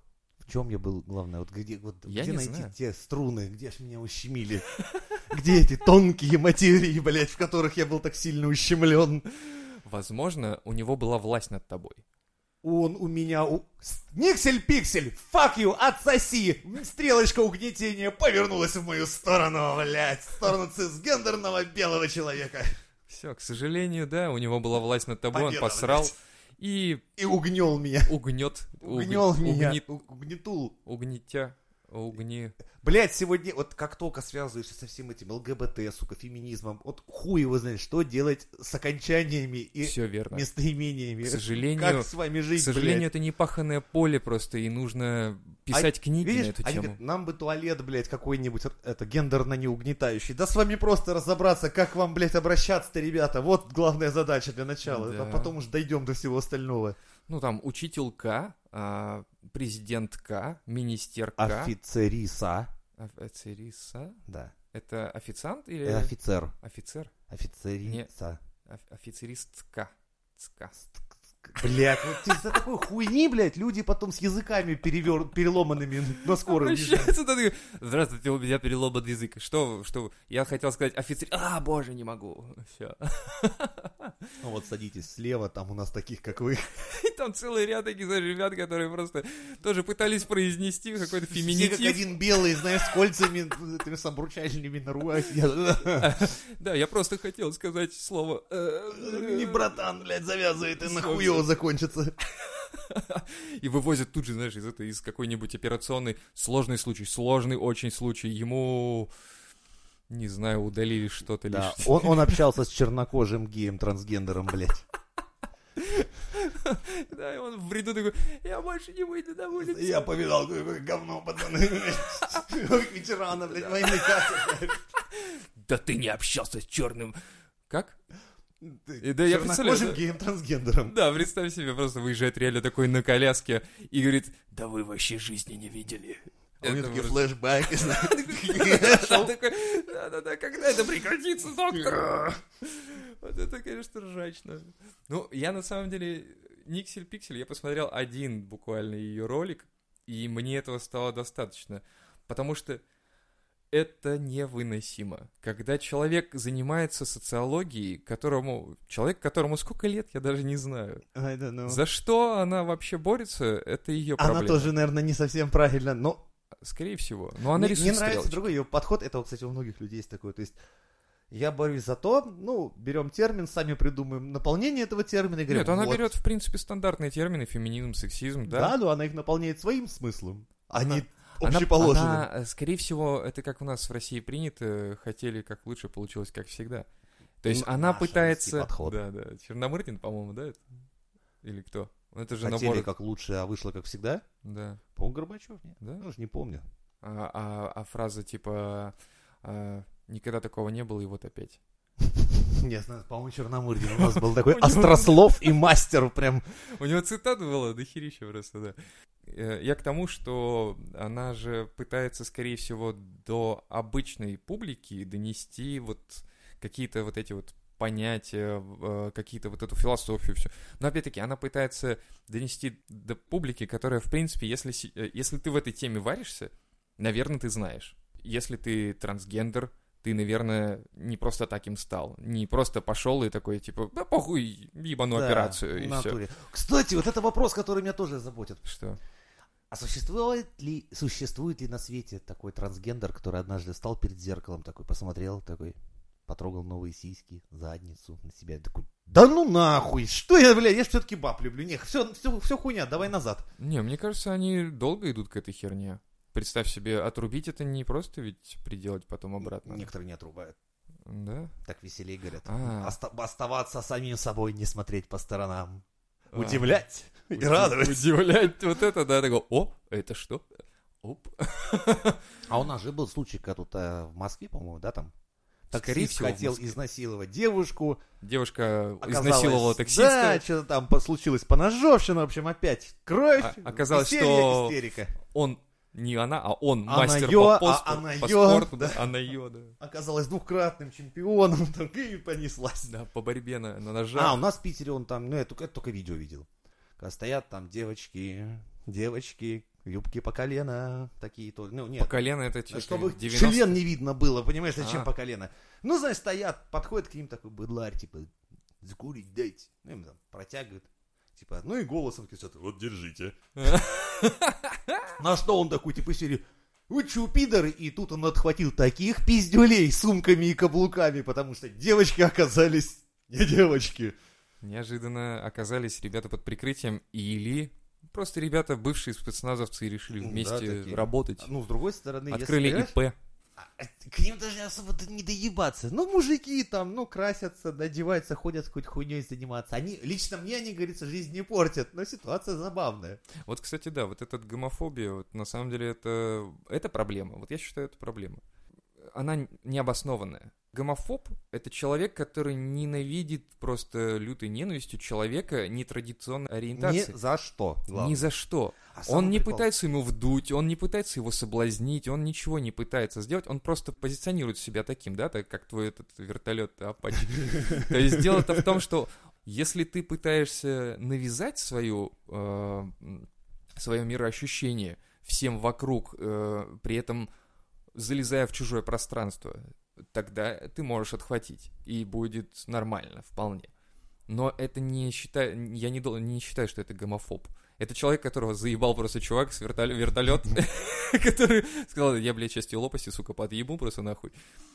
В чем я был, главное? Вот где, вот, Я где не найти знаю. те струны, где ж меня ущемили? Где эти тонкие материи, блядь, в которых я был так сильно ущемлен? Возможно, у него была власть над тобой. Он у меня... У... Никсель-пиксель, fuck you, отсоси! Стрелочка угнетения повернулась в мою сторону, блядь, в сторону цисгендерного белого человека. Все, к сожалению, да, у него была власть над тобой, Победа, он посрал блядь. и И угнел меня. угнет. Угнел меня. Угнет, У- Угнетул. угнетя. Угни. Блядь, сегодня, вот как только связываешься со всем этим ЛГБТ, сука, феминизмом, вот хуй его знает, что делать с окончаниями и Все верно. местоимениями. К сожалению, Как с вами жить, К сожалению, блядь? это не паханное поле просто, и нужно писать А, книги видишь, на эту они тему. говорят, нам бы туалет, блядь, какой-нибудь, это, гендерно неугнетающий. Да с вами просто разобраться, как вам, блядь, обращаться-то, ребята. Вот главная задача для начала. Да. А потом уж дойдем до всего остального. Ну, там, учитель К, а, президент К, министер К. Офицериса. Офицериса? Да. Это официант или Э, Офицер. офицер? Офицериса. Оф- Офицеристка. Ска. Блядь, вот из-за такой хуйни, блядь, люди потом с языками перевер... переломанными на скорую бежят. Обращается, да, такой, здравствуйте, у меня переломан язык. Что, что, я хотел сказать офицер... А, боже, не могу. Все. Ну вот садитесь слева, там у нас таких, как вы. И там целый ряд таких знаешь, ребят, которые просто тоже пытались произнести какой-то Все как феминитив. один белый, знаешь, с кольцами, этими с обручальными на руках. Да, я просто хотел сказать слово... э, Не братан, блядь, завязывает и Всё, нахуево закончится. И вывозят тут же, знаешь, из этой, из какой-нибудь операционной сложный случай, сложный очень случай. Ему, не знаю, удалили что-то Да, лишнее. он, он общался с чернокожим геем, трансгендером, блядь. Да, и он в бреду такой, я больше не выйду на улицу. Я повидал какое говно, пацаны, блядь. Ветерана, блядь, войны как блядь. Да ты не общался с черным... Как? Ты И да, я представляю, чернокожим да. геем, трансгендером. Да, представь себе, просто выезжает реально такой на коляске и говорит, да вы вообще жизни не видели. А у него Это такие просто- флешбеки, Да, такой, да-да-да, когда это прекратится, доктор? Вот это, конечно, ржачно. Ну, я на самом деле, Никсель Пиксель, я посмотрел один буквально ее ролик, и мне этого стало достаточно, потому что это невыносимо. Когда человек занимается социологией, которому... Человек, которому сколько лет, я даже не знаю. I don't know. За что она вообще борется, это ее Она проблема. тоже, наверное, не совсем правильно, но Скорее всего. Но она мне, рисует мне нравится стрелочки. другой ее подход. Это, вот, кстати, у многих людей есть такой. То есть я борюсь за то, ну, берем термин, сами придумаем наполнение этого термина и говорим, Нет, она вот. берет, в принципе, стандартные термины, феминизм, сексизм, да? Да, но она их наполняет своим смыслом, а Она- не Она, общеположенным. она, э, скорее всего, это как у нас в России принято, хотели как лучше, получилось как всегда. То есть Ну, она наш пытается... русский подход. Да, да. Черномырдин, по-моему, да? это? Или кто? Это же Хотели набор... как лучше, а вышло как всегда. Да. По-моему, Горбачев, нет? Да? Я уже не помню. А, а- а фраза типа а, «никогда такого не было, и вот опять». Не знаю, по-моему, Черномырдин у нас был такой У него- острослов и мастер прям. У него цитата была дохерища просто, да. Э, Я к тому, что она же пытается, скорее всего, до обычной публики донести вот какие-то вот эти вот понятия, э, какие-то вот эту философию, все. Но опять-таки, она пытается донести до публики, которая, в принципе, если, си- э, если ты в этой теме варишься, наверное, ты знаешь. Если ты трансгендер, ты, наверное, не просто так им стал. Не просто пошел и такой, типа, да похуй, ебану Да, операцию, в и все. натуре. Кстати, вот это вопрос, который меня тоже заботит. Что? А существует ли, существует ли на свете такой трансгендер, который однажды встал перед зеркалом, такой посмотрел, такой потрогал новые сиськи, задницу на себя, такой, да ну нахуй, что я, бля, я ж все-таки баб люблю, не, все, все, все хуйня, давай назад. Не, мне кажется, они долго идут к этой херне. Представь себе, отрубить это не просто ведь приделать потом обратно. Некоторые не отрубают, Да? так веселее говорят. А. Оста- оставаться самим собой, не смотреть по сторонам, А. удивлять и Уди- радовать. Удивлять вот это, да, такой, о, это что? Оп. А у нас же был случай, когда тут э, в Москве, по-моему, да, там Скорее таксист всего, в хотел Москве. изнасиловать девушку. Девушка Оказалось, изнасиловала Да, таксиста. что-то там по- случилось поножовщина, в общем, опять кровь, А- оказалось, веселье, что- истерика. Он, не она, а он Она мастер ё, по, а по- она по ё, спорту. да. Да. Она ее, да. Оказалась двухкратным чемпионом, так, и понеслась. Да, по борьбе на, на ножах. А, у нас в Питере он там, ну, я только, я только видео видел. Когда стоят там девочки, девочки, Юбки по колено, такие то. Ну, нет. По колено это что, Чтобы девяностые? член не видно было, понимаешь, зачем А. по колено. Ну, знаешь, стоят, подходит к ним такой быдларь, типа, закурить дайте. Ну, им там протягивают. Типа, ну и голосом кричат, вот держите. На что он такой, типа, из серии, вы чё, пидоры? И тут он отхватил таких пиздюлей с сумками и каблуками, потому что девочки оказались не девочки. Неожиданно оказались ребята под прикрытием или просто ребята, бывшие спецназовцы, решили Да, вместе такие. работать. Ну, с другой стороны, Открыли если, понимаешь, ИП. к ним даже особо не доебаться. Ну, мужики там, ну, красятся, надеваются, ходят хоть хуйней заниматься. Они, лично мне, они, говорится, жизнь не портят, но ситуация забавная. Вот, кстати, да, вот эта гомофобия, вот, на самом деле, это, это проблема. Вот я считаю, это проблема. Она необоснованная. Гомофоб — это человек, который ненавидит просто лютой ненавистью человека нетрадиционной ориентации. Ни за что, главное. Ни за что. А самый Он не прикол- пытается ему вдуть, он не пытается его соблазнить, он ничего не пытается сделать, он просто позиционирует себя таким, да, так как твой этот вертолет Апачи. То есть дело-то в том, что если ты пытаешься навязать свою, э, свое мироощущение всем вокруг, э, при этом залезая в чужое пространство, тогда ты можешь отхватить, и будет нормально, вполне. Но это не считаю, я не, дол- не считаю, что это гомофоб. Это человек, которого заебал просто чувак с вертолет, вертолет который сказал, я, блядь, частью лопасти, сука, подъебу просто нахуй.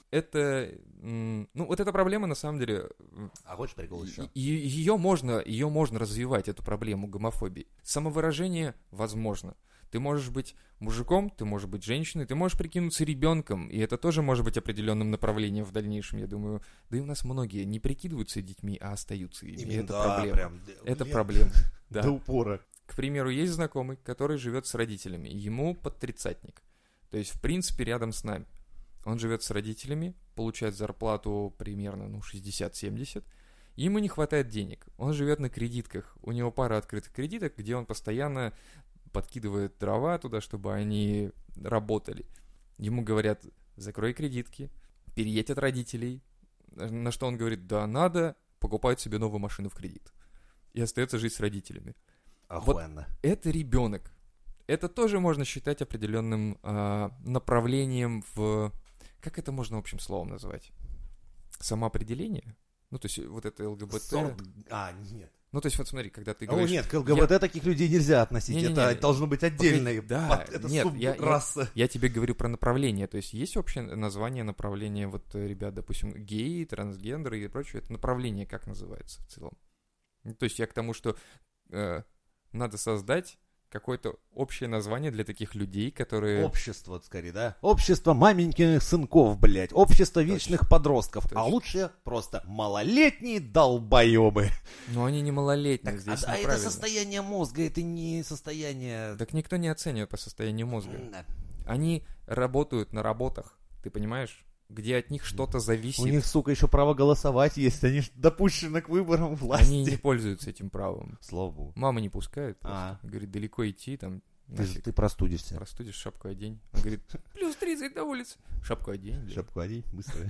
Это, м, ну, вот эта проблема, на самом деле, А хочешь прикол еще? и- и- ее можно, ее можно развивать, эту проблему гомофобии. Самовыражение возможно. Ты можешь быть мужиком, ты можешь быть женщиной, ты можешь прикинуться ребенком, и это тоже может быть определенным направлением в дальнейшем, я думаю. Да и у нас многие не прикидываются детьми, а остаются ими. И это Да, проблема. прям, да, Это блин, проблема. Да. До упора. К примеру, есть знакомый, который живет с родителями. Ему под тридцатник. То есть, в принципе, рядом с нами. Он живет с родителями, получает зарплату примерно ну, шестьдесят-семьдесят. Ему не хватает денег. Он живет на кредитках. У него пара открытых кредиток, где он постоянно подкидывает дрова туда, чтобы они работали. Ему говорят, закрой кредитки, переедь от родителей. На что он говорит, да, надо, покупает себе новую машину в кредит. И остается жить с родителями. Охуенно. Это ребенок. Это тоже можно считать определенным а, направлением в... Как это можно общим словом назвать? Самоопределение? Ну, то есть вот это ЛГБТ... Сорт... А, нет. Ну, то есть вот смотри, когда ты О, говоришь... нет, к ЛГБТ таких людей нельзя относить. Не-не-не. Это должно быть отдельное. Да, под- Это нет, я- я- субраса. Я тебе говорю про направление. То есть есть общее название направления, вот, э, ребят, допустим, геи, трансгендеры и прочее. Это направление как называется в целом? Ну, то есть я к тому, что э, надо создать какое-то общее название для таких людей, которые... Общество, вот скорее, да? Общество маменькиных сынков, блядь. Общество вечных подростков. А Точно. лучше просто малолетние долбоебы. Но они не малолетние, Так, здесь а, а это неправильно. состояние мозга, это не состояние... Так никто не оценивает по состоянию мозга. Да. Они работают на работах, ты понимаешь? Где от них что-то зависит. У них, сука, еще право голосовать есть. Они ж допущены к выборам власти. Они не пользуются этим правом. Слава богу. Мама не пускает. А. Просто. Говорит, далеко идти, там, Ты, нафиг. ты простудишься. Простудишь, шапку одень. Он говорит, плюс тридцать на улице. Шапку одень. блин. Шапку одень, быстро.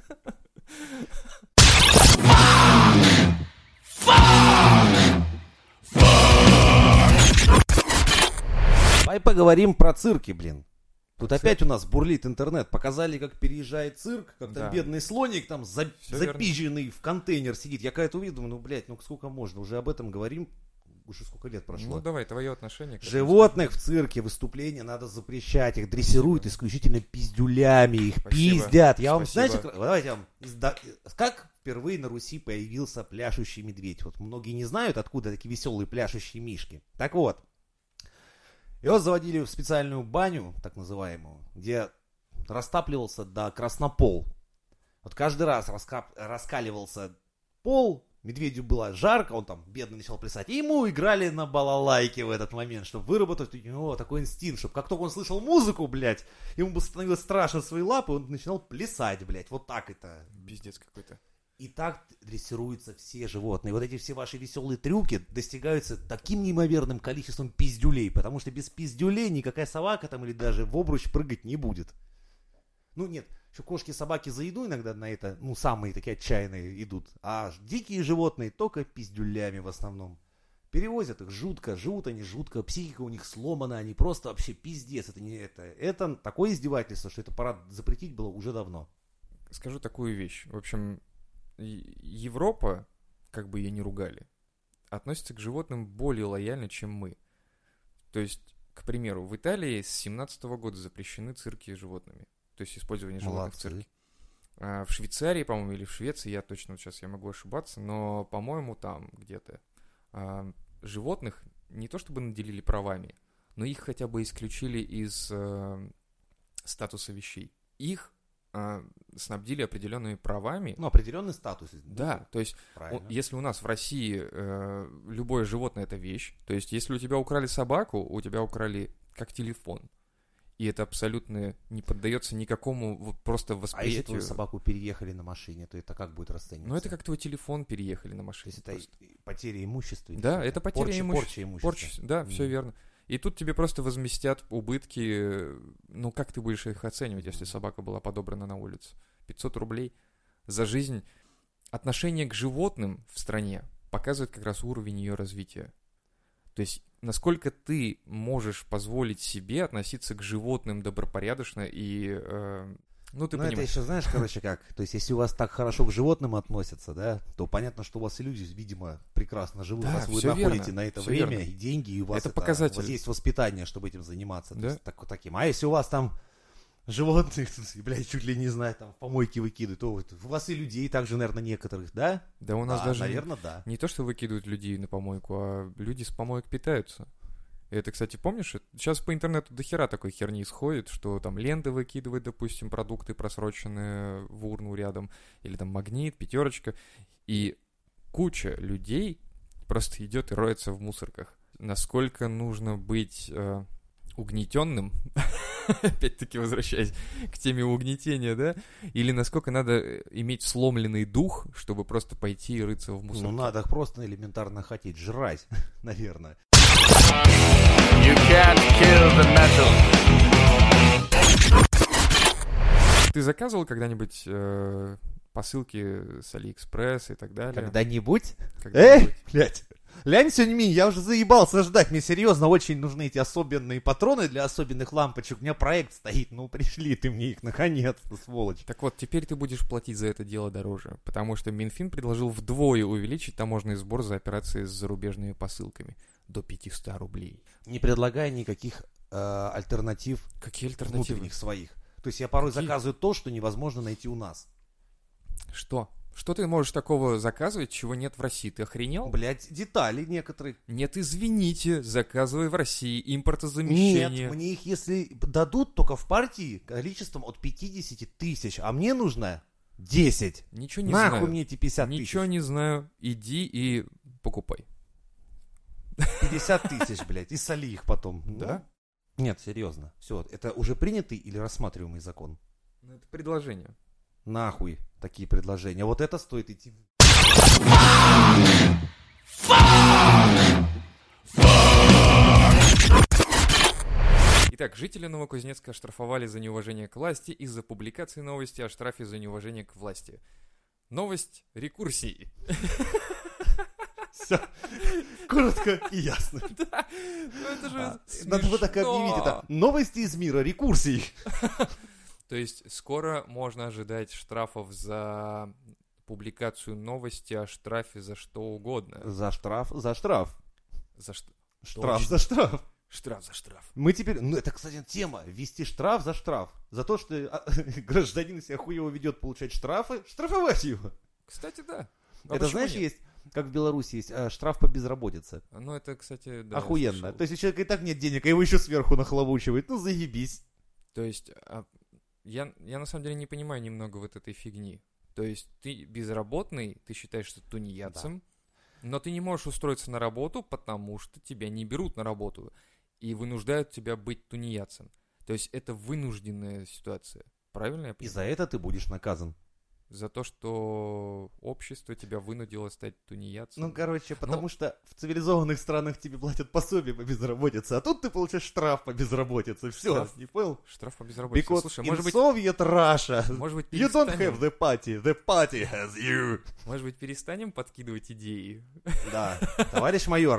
Давай поговорим про цирки, блин. Тут опять у нас бурлит интернет. Показали, как переезжает цирк, как там Да. бедный слоник там за- Всё верно. запизженный в контейнер сидит. Я когда-то увидел, думаю, ну, блядь, ну сколько можно? Уже об этом говорим. Уже сколько лет прошло. Ну, давай, твое отношение к этому. Животных в цирке, выступления надо запрещать. Их дрессируют исключительно пиздюлями. Их Спасибо. пиздят. Я вам, Спасибо. знаете, давайте я вам... изда- Как впервые на Руси появился пляшущий медведь? Вот многие не знают, откуда такие веселые пляшущие мишки. Так вот, его заводили в специальную баню, так называемую, где растапливался до краснопол. Вот каждый раз раска- раскаливался пол, медведю было жарко, он там бедно начал плясать, и ему играли на балалайке в этот момент, чтобы выработать у него такой инстинкт, чтобы как только он слышал музыку, блядь, ему бы становилось страшно свои лапы, он начинал плясать, блядь, вот так это. Пиздец какой-то. И так дрессируются все животные. Вот эти все ваши веселые трюки достигаются таким неимоверным количеством пиздюлей, потому что без пиздюлей никакая собака там или даже в обруч прыгать не будет. Ну нет, еще кошки, собаки за еду иногда на это, ну самые такие отчаянные идут, а дикие животные только пиздюлями в основном. Перевозят их жутко, живут они жутко, психика у них сломана, они просто вообще пиздец. Это не это. Это такое издевательство, что это пора запретить было уже давно. Скажу такую вещь. В общем, Европа, как бы ее ни ругали, относится к животным более лояльно, чем мы. То есть, к примеру, в Италии с семнадцатого года запрещены цирки с животными. То есть использование животных Молодцы. в цирке. А в Швейцарии, по-моему, или в Швеции, я точно вот сейчас я могу ошибаться, но, по-моему, там где-то а, животных не то чтобы наделили правами, но их хотя бы исключили из а, статуса вещей. Их а, снабдили определенными правами. Ну, определенный статус. Да, то есть Правильно. о- если у нас в России э, любое животное — это вещь, то есть если у тебя украли собаку, у тебя украли как телефон. И это абсолютно не поддается никакому вот просто А если восприятию. твою собаку переехали на машине, то это как будет расцениваться? Ну, это как твой телефон переехали на То машине. есть это просто. и- потеря имущества? или Да, что это потеря порча, имущества. порча имущества. Порча, да, все Мгм. верно. И тут тебе просто возместят убытки. э, Ну, как ты будешь их оценивать, если собака была подобрана на улице? пятьсот рублей за жизнь. Отношение к животным в стране показывает как раз уровень ее развития. То есть, насколько ты можешь позволить себе относиться к животным добропорядочно и... э, ну, ты Ну, это понимаешь. еще, знаешь, короче, как. То есть, если у вас так хорошо к животным относятся, да, то понятно, что у вас и люди, видимо, прекрасно живут, Да, раз вы всё находите верно, на это всё время верно. и деньги, и у вас Это это, показатель. у вас есть воспитание, чтобы этим заниматься. То Да. есть, так, таким. А если у вас там животных, блядь, чуть ли не знаю, там в помойки выкидывают, то вот у вас и людей также, наверное, некоторых, да? Да у нас Да, даже... наверное, да. Не то, что выкидывают людей на помойку, а люди с помоек питаются. И это, кстати, помнишь? Сейчас по интернету дохера такой херни исходит, что там ленты выкидывают, допустим, продукты просроченные в урну рядом, или там Магнит, Пятерочка, и куча людей просто идет и роется в мусорках. Насколько нужно быть э, угнетенным, опять-таки возвращаясь к теме угнетения, да? Или насколько надо иметь сломленный дух, чтобы просто пойти и рыться в мусорке? Ну, надо просто элементарно хотеть жрать, наверное. You can't kill the metal. Ты заказывал когда-нибудь э, посылки с Алиэкспресс и так далее? Когда-нибудь? Когда-нибудь? Эй, блядь. Лянь Сюньминь, я уже заебался ждать. Мне серьезно очень нужны эти особенные патроны для особенных лампочек. У меня проект стоит. Ну, пришли ты мне их наконец-то, сволочь. Так вот, теперь ты будешь платить за это дело дороже, потому что Минфин предложил вдвое увеличить таможенный сбор за операции с зарубежными посылками до пятьсот рублей. Не предлагая никаких э, альтернатив Какие альтернативы? внутренних своих. То есть я порой Какие? заказываю то, что невозможно найти у нас. Что? Что ты можешь такого заказывать, чего нет в России? Ты охренел? Блять, детали некоторые. Нет, извините, заказывай в России импортозамещение. Нет, мне их если дадут только в партии количеством от пятьдесят тысяч, а мне нужно десять. Ничего не Нахуй знаю. мне эти пятьдесят Ничего тысяч. не знаю. Иди и покупай. пятьдесят тысяч, блядь, и соли их потом. Да? Ну, нет, серьезно. Все, это уже принятый или рассматриваемый закон? Ну, это предложение. Нахуй такие предложения. Вот это стоит идти. Итак, жители Новокузнецка оштрафовали за неуважение к власти из-за публикации новости о штрафе за неуважение к власти. Новость рекурсии. Все. Коротко и ясно. Да, ну это же А, Надо вот так смешно. объявить это. Новости из мира рекурсий. То есть скоро можно ожидать штрафов за публикацию новости о штрафе за что угодно. За штраф, за штраф. За что? Штраф Точно. за штраф. Штраф за штраф. Мы теперь, ну это, кстати, тема, ввести штраф за штраф. За то, что а, гражданин себя хуево ведет получать штрафы, штрафовать его. Кстати, да. А Это, почему знаешь, нет? есть, как в Беларуси есть а, штраф по безработице. Ну, это, кстати, да. я Охуенно. слышал. То есть у человека и так нет денег, а его еще сверху нахлобучивает. Ну заебись. То есть, а, я, я на самом деле не понимаю немного вот этой фигни. То есть, ты безработный, ты считаешь, что тунеядцем, но ты не можешь устроиться на работу, потому что тебя не берут на работу и вынуждают тебя быть тунеядцем. То есть, это вынужденная ситуация. Правильно я И понимаю? за это ты будешь наказан. За то, что общество тебя вынудило стать тунеядцем. Ну, короче, потому Ну- что в цивилизованных странах тебе платят пособие по безработице, а тут ты получаешь штраф по безработице. Все, Штраф. не понял? Штраф по безработице. Because Слушай, in может быть, Soviet Russia, может быть, you don't перестанем, have the party, the party has you. может быть, перестанем подкидывать идеи? Да, товарищ майор,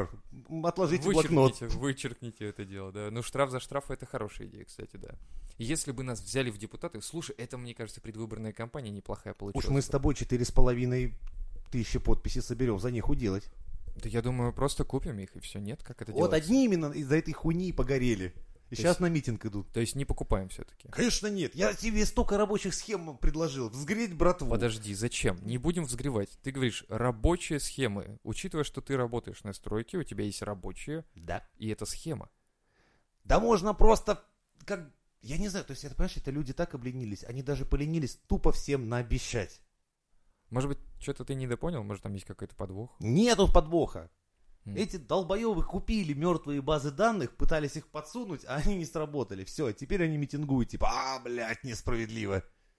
отложите блокнот. Вычеркните, вычеркните это дело, да. Ну, штраф за штраф — это хорошая идея, кстати, да. Если бы нас взяли в депутаты, слушай, это, мне кажется, предвыборная кампания неплохая получилась. Уж мы с тобой четыре с половиной тысячи подписей соберем, за них уделать. Да я думаю, просто купим их, и все. Нет, как это Вот делается? одни именно из-за этой хуйни и погорели. И То сейчас есть- на митинг идут. То есть не покупаем все-таки. Конечно нет. Я тебе столько рабочих схем предложил. Взгреть братву. Подожди, зачем? Не будем взгревать. Ты говоришь, рабочие схемы. Учитывая, что ты работаешь на стройке, у тебя есть рабочие, Да. и это схема. Да можно просто, как, я не знаю, то есть, это, понимаешь, это люди так обленились, они даже поленились тупо всем наобещать. Может быть, что-то ты недопонял? Может, там есть какой-то подвох? Нету подвоха. М. Эти долбоебы купили мертвые базы данных, пытались их подсунуть, а они не сработали. Все, теперь они митингуют, типа, а, блядь, несправедливо.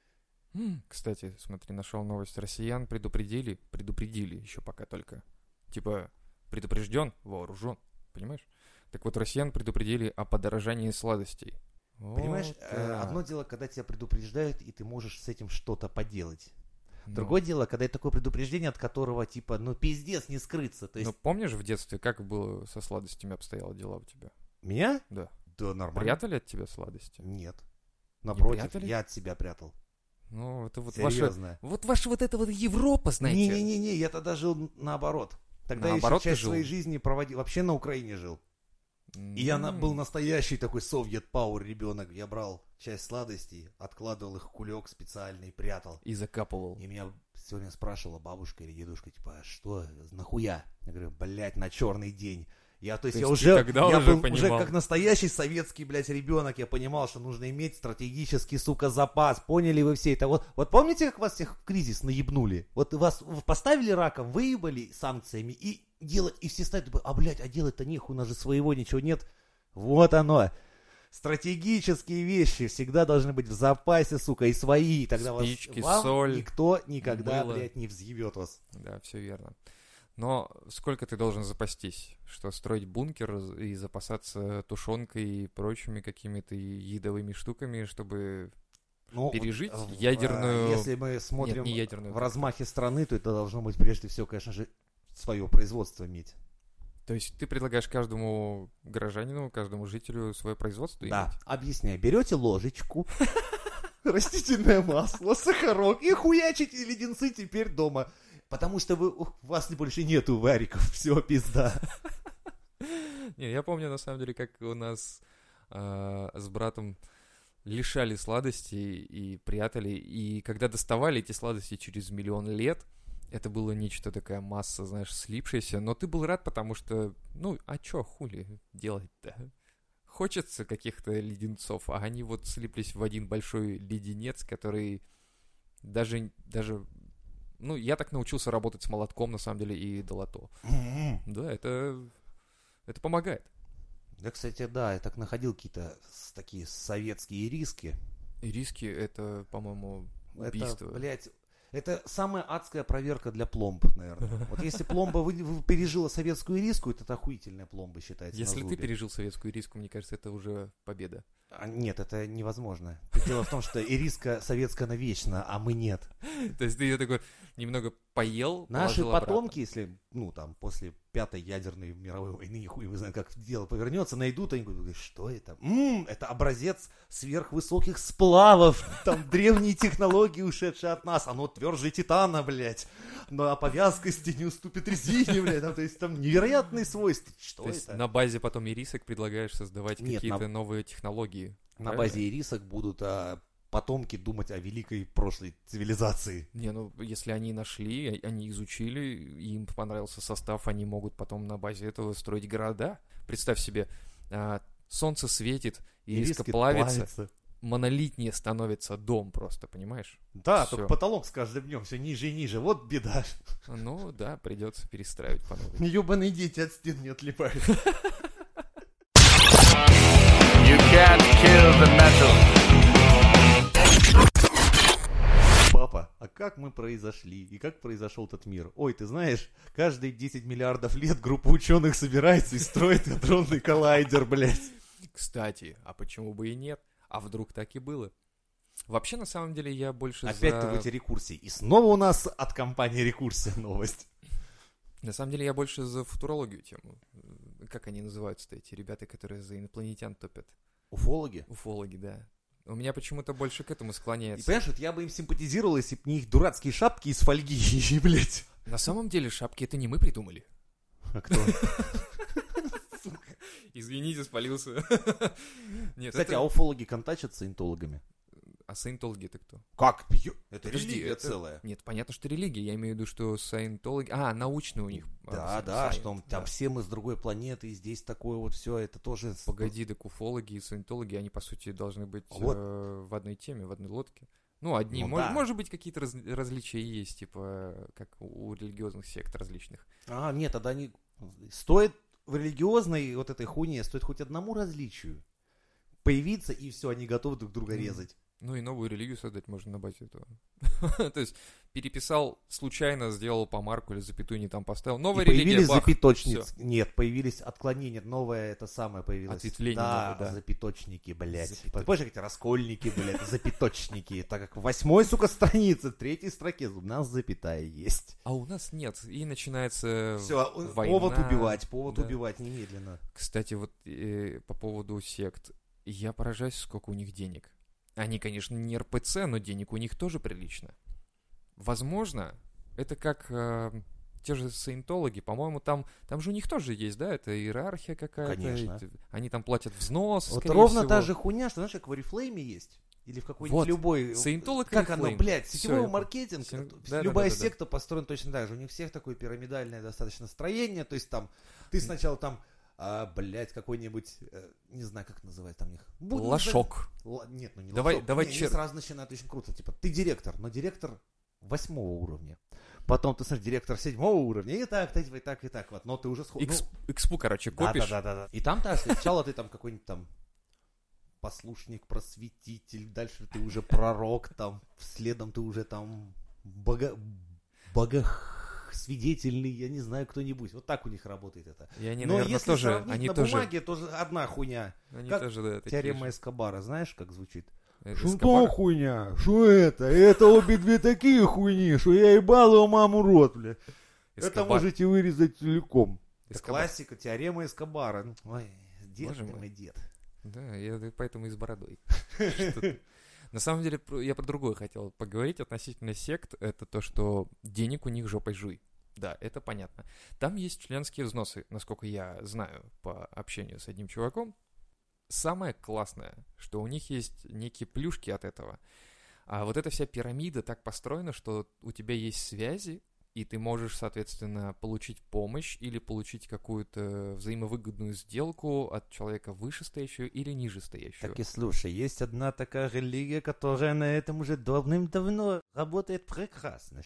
М, Кстати, смотри, нашел новость. Россиян предупредили, предупредили еще пока только. Типа, предупрежден, вооружен. Понимаешь? Так вот, россиян предупредили о подорожании сладостей. Понимаешь, Вот э, так. одно дело, когда тебя предупреждают, и ты можешь с этим что-то поделать. Ну, Другое дело, когда это такое предупреждение, от которого, типа, ну, пиздец, не скрыться. То есть, Ну, помнишь в детстве, как было со сладостями обстояло дела у тебя? меня? Да. Да, нормально. Прятали от тебя сладости? Нет. Напротив, прятали? я от себя прятал. Ну, это вот ваша... Серьезно. Вот ваша вот эта вот Европа, знаете. Не-не-не, я тогда жил наоборот. Тогда Наоборот я ты еще часть жил? своей жизни проводил, вообще на Украине жил. И я на- был настоящий такой совет пауэр ребенок. Я брал часть сладостей, откладывал их в кулек специальный, прятал. И закапывал. И меня сегодня спрашивала бабушка или дедушка, типа, а что, нахуя? Я говорю, блядь, на черный день. Я, то есть, То я есть уже, ты тогда я уже был уже понимал. как настоящий советский, блядь, ребенок, я понимал, что нужно иметь стратегический, сука, запас. Поняли вы все это? Вот, вот помните, как вас всех в кризис наебнули? Вот вас поставили раком, выебали санкциями и делать, и все стоят, а, блядь, а делать-то нехуй, у нас же своего ничего нет. Вот оно. Стратегические вещи всегда должны быть в запасе, сука, и свои. И тогда Спички, вас, вам соль, никто никогда, мыло. блядь, не взъебет вас. Да, все верно. Но сколько ты должен запастись? Что строить бункер и запасаться тушенкой и прочими какими-то едовыми штуками, чтобы Ну, пережить вот, ядерную... а, Если мы смотрим Нет, не ядерную. в размахе страны, то это должно быть прежде всего, конечно же, свое производство иметь. То есть ты предлагаешь каждому горожанину, каждому жителю свое производство Да, иметь? объясняю. Берете ложечку, растительное масло, сахарок и хуячите леденцы теперь дома. Потому что вы, у вас больше нету вариков, все, пизда. Не, я помню, на самом деле, как у нас э, с братом лишали сладостей и прятали. И когда доставали эти сладости через миллион лет, это было нечто, такая масса, знаешь, слипшаяся. Но ты был рад, потому что, ну, а чё, хули делать-то? Хочется каких-то леденцов, а они вот слиплись в один большой леденец, который даже, даже... Ну, я так научился работать с молотком, на самом деле, и долото. Да, это, это помогает. Да, кстати, да, я так находил какие-то с- такие советские риски. И риски — это, по-моему, убийство. Это, блядь, это самая адская проверка для пломб, наверное. Вот если пломба вы- вы пережила советскую риску, это охуительная пломба считается. Если на ты зубе. пережил советскую риску, мне кажется, это уже победа. А, нет, это невозможно. Дело в том, что ириска советская навечно, а мы нет. То есть ты ее такой немного поел, Наши положил потомки, обратно. если, ну, там, после пятой ядерной мировой войны, нихуй вы знаете, как дело повернется, найдут, они будут говорить, что это? М, это образец сверхвысоких сплавов, там, древние технологии, ушедшие от нас, оно тверже титана, блядь, но по вязкости не уступит резине, блядь, там, то есть там невероятные свойства. Что То есть это? на базе потом ирисок предлагаешь создавать Нет, какие-то на- новые технологии. На правильно? базе ирисок будут а, потомки думать о великой прошлой цивилизации. Не, ну, если они нашли, а- они изучили, и им понравился состав, они могут потом на базе этого строить города. Представь себе, а, солнце светит, ириска Ириски плавится, плавятся. монолитнее становится дом просто, понимаешь? Да, Всё. только потолок с каждым днем все ниже и ниже. Вот беда. Ну да, придется перестраивать по новой. Ебаные дети от стен не отлипают. You can't kill the metal. Папа, а как мы произошли? И как произошел этот мир? Ой, ты знаешь, каждые десять миллиардов лет группа ученых собирается и строит адронный коллайдер, блядь. Кстати, а почему бы и нет? А вдруг так и было? Вообще, на самом деле, я больше Опять за... ты в эти рекурсии. И снова у нас от компании Рекурсия новость. На самом деле, я больше за футурологию тему. как они называются-то, эти ребята, которые за инопланетян топят? Уфологи? Уфологи, да. У меня почему-то больше к этому И склоняется. понимаешь, вот я бы им симпатизировал, если бы не их дурацкие шапки из фольги, блядь. На самом деле шапки это не мы придумали. А кто? Извините, спалился. Нет, Кстати, это- а уфологи контачат с саентологами? А саентологи это кто? Как? Ё- Это Подожди, религия это- целая. Нет, понятно, что религия. Я имею в виду, что саентологи... А, научный у них. Да, а, да, сайент, что там, там да. все мы с другой планеты, и здесь такое вот все, это тоже... с- Погоди, так уфологи и саентологи, они, по сути, должны быть Вот. э, в одной теме, в одной лодке. Ну, одни. Ну Мож- да. Может быть, какие-то раз- различия есть, типа, как у религиозных сект различных. А, нет, тогда они... Стоит в религиозной вот этой хуйне, стоит хоть одному различию появиться, и все, они готовы друг друга Мгм. резать. Ну и новую религию создать можно на базе этого. То есть переписал случайно, сделал помарку или запятую не там поставил. Новая И религия, появились бах, запяточницы. всё. Нет, появились отклонения. Новое это самое появилось. Ответвление да, новое, да. запяточники, блядь. Запяточ- Помнишь, как эти раскольники, блядь, запяточники. Так как в восьмой, сука, странице, в третьей строке у нас запятая есть. А у нас нет. И начинается Все, война. повод убивать, повод Да. убивать немедленно. Кстати, вот э, по поводу сект. Я поражаюсь, сколько у них денег. Они, конечно, не эр пэ цэ, но денег у них тоже прилично. Возможно, это как э, те же саентологи, по-моему, там, там же у них тоже есть, да, это иерархия какая-то. Конечно. и- Они там платят взнос, Вот скорее ровно всего. та же хуйня, что, знаешь, как в Oriflame есть. Или в какой-нибудь Вот, любой... Саентолог Как Oriflame. оно, блядь, Всё, сетевой я- маркетинг. Син- это- да, да, любая да, да, да. секта построена точно так же. У них всех такое пирамидальное достаточно строение. То есть там, ты сначала там, а, блядь, какой-нибудь, э, не знаю, как называть там их. Будь- Лошок. Л- Нет, ну не Давай- лошок. давай Не, чер- они сразу начинают очень круто. Типа, ты директор, но директор восьмого уровня. Потом ты, смотри, директор седьмого уровня. И так, так, и так, и так. Вот. Но ты уже сход... Экс- Экспу, короче, Да, копишь. да, да, да, да. И там, да, сначала ты там какой-нибудь там послушник, просветитель, дальше ты уже пророк, там, следом ты уже там бога... богосвидетельный, я не знаю, кто-нибудь. Вот так у них работает это. И они, Но наверное, если тоже, сравнить они на тоже, бумаге, тоже одна хуйня. они как тоже, да, такие Теорема же. Эскобара, знаешь, как звучит? Э, Что Эскобар? хуйня? Что это? Это обе две такие хуйни, что я ебал его маму рот, бля. Это Эскобар. можете вырезать целиком. Это Эскобар. классика, теорема Эскобара. Ну, ой, дед Боже ты мой. мой дед. Да, я поэтому и с бородой. Что- На самом деле, про- я про другое хотел поговорить относительно сект. Это то, что денег у них жопой жуй. Да, это понятно. Там есть членские взносы, насколько я знаю по общению с одним чуваком. Самое классное, что у них есть некие плюшки от этого. А вот эта вся пирамида так построена, что у тебя есть связи, и ты можешь, соответственно, получить помощь или получить какую-то взаимовыгодную сделку от человека вышестоящего или нижестоящего. Так и слушай, есть одна такая религия, которая на этом уже давным-давно работает прекрасно.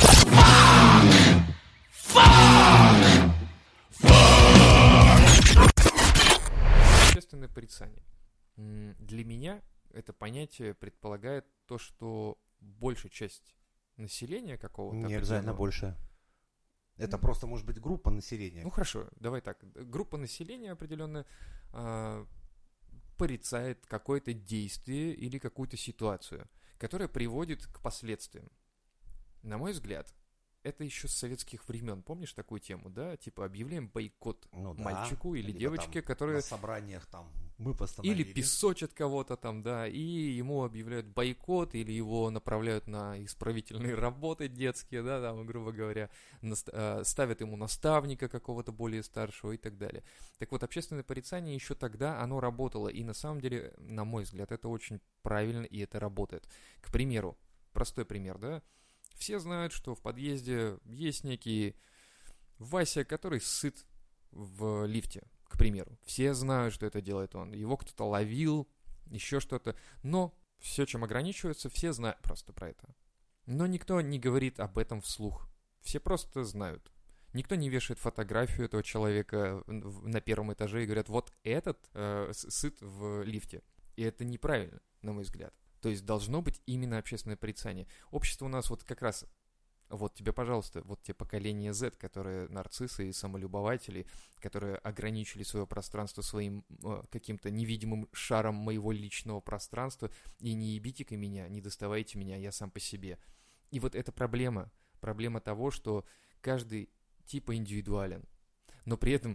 Общественное порицание. М, Для меня это понятие предполагает то, что большая часть населения какого-то Не обязательно определенного- больше. Это Ну. просто может быть группа населения. Ну хорошо, давай так. Группа населения определенно а, порицает какое-то действие или какую-то ситуацию, которая приводит к последствиям. На мой взгляд, это еще с советских времен. Помнишь такую тему, да? Типа объявляем бойкот Ну да. мальчику или Либо девочке, там которые... На собраниях там мы постановили. Или песочат кого-то там, да, и ему объявляют бойкот, или его направляют на исправительные работы детские, да, там, грубо говоря, наст- э, ставят ему наставника какого-то более старшего и так далее. Так вот, общественное порицание еще тогда, оно работало, и на самом деле, на мой взгляд, это очень правильно, и это работает. К примеру, простой пример, да, все знают, что в подъезде есть некий Вася, который сыт в лифте, к примеру. Все знают, что это делает он. Его кто-то ловил, еще что-то. Но все, чем ограничиваются, все знают просто про это. Но никто не говорит об этом вслух. Все просто знают. Никто не вешает фотографию этого человека в- на первом этаже и говорят, вот этот э, с- сыт в лифте. И это неправильно, на мой взгляд. То есть должно быть именно общественное порицание. Общество у нас вот как раз, вот тебе, пожалуйста, вот те поколение Z, которые нарциссы и самолюбователи, которые ограничили свое пространство своим э, каким-то невидимым шаром моего личного пространства, и не ебите-ка меня, не доставайте меня, я сам по себе. И вот это проблема. Проблема того, что каждый типа индивидуален. Но при этом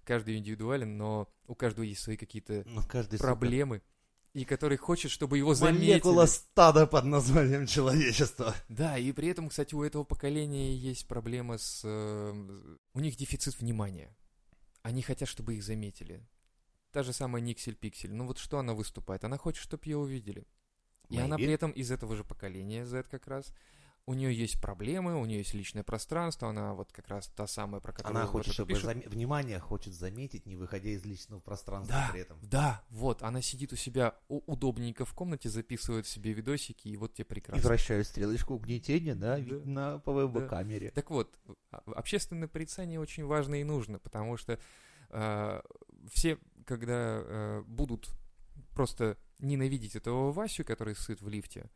каждый индивидуален, но у каждого есть свои какие-то Ну, каждый, сука, проблемы, и который хочет, чтобы его заметили. молекула стада под названием человечество. Да, и при этом, кстати, у этого поколения есть проблема с... э, у них дефицит внимания. Они хотят, чтобы их заметили. Та же самая Никсель-Пиксель. Ну вот что она выступает? Она хочет, чтобы ее увидели. И Maybe. она при этом из этого же поколения, Z как раз. У нее есть проблемы, у нее есть личное пространство, она вот как раз та самая, про которую Она вот хочет, это чтобы пишут. заме- внимание хочет заметить, не выходя из личного пространства Да, при этом. да, вот, она сидит у себя у- удобненько в комнате, записывает себе видосики, и вот тебе И прекрасно. вращаю стрелочку угнетения, да, Да. вид на ПВБ-камере. Так вот, а- общественное порицание очень важно и нужно, потому что э, все, когда э, будут просто ненавидеть этого Васю, который сыт в лифте,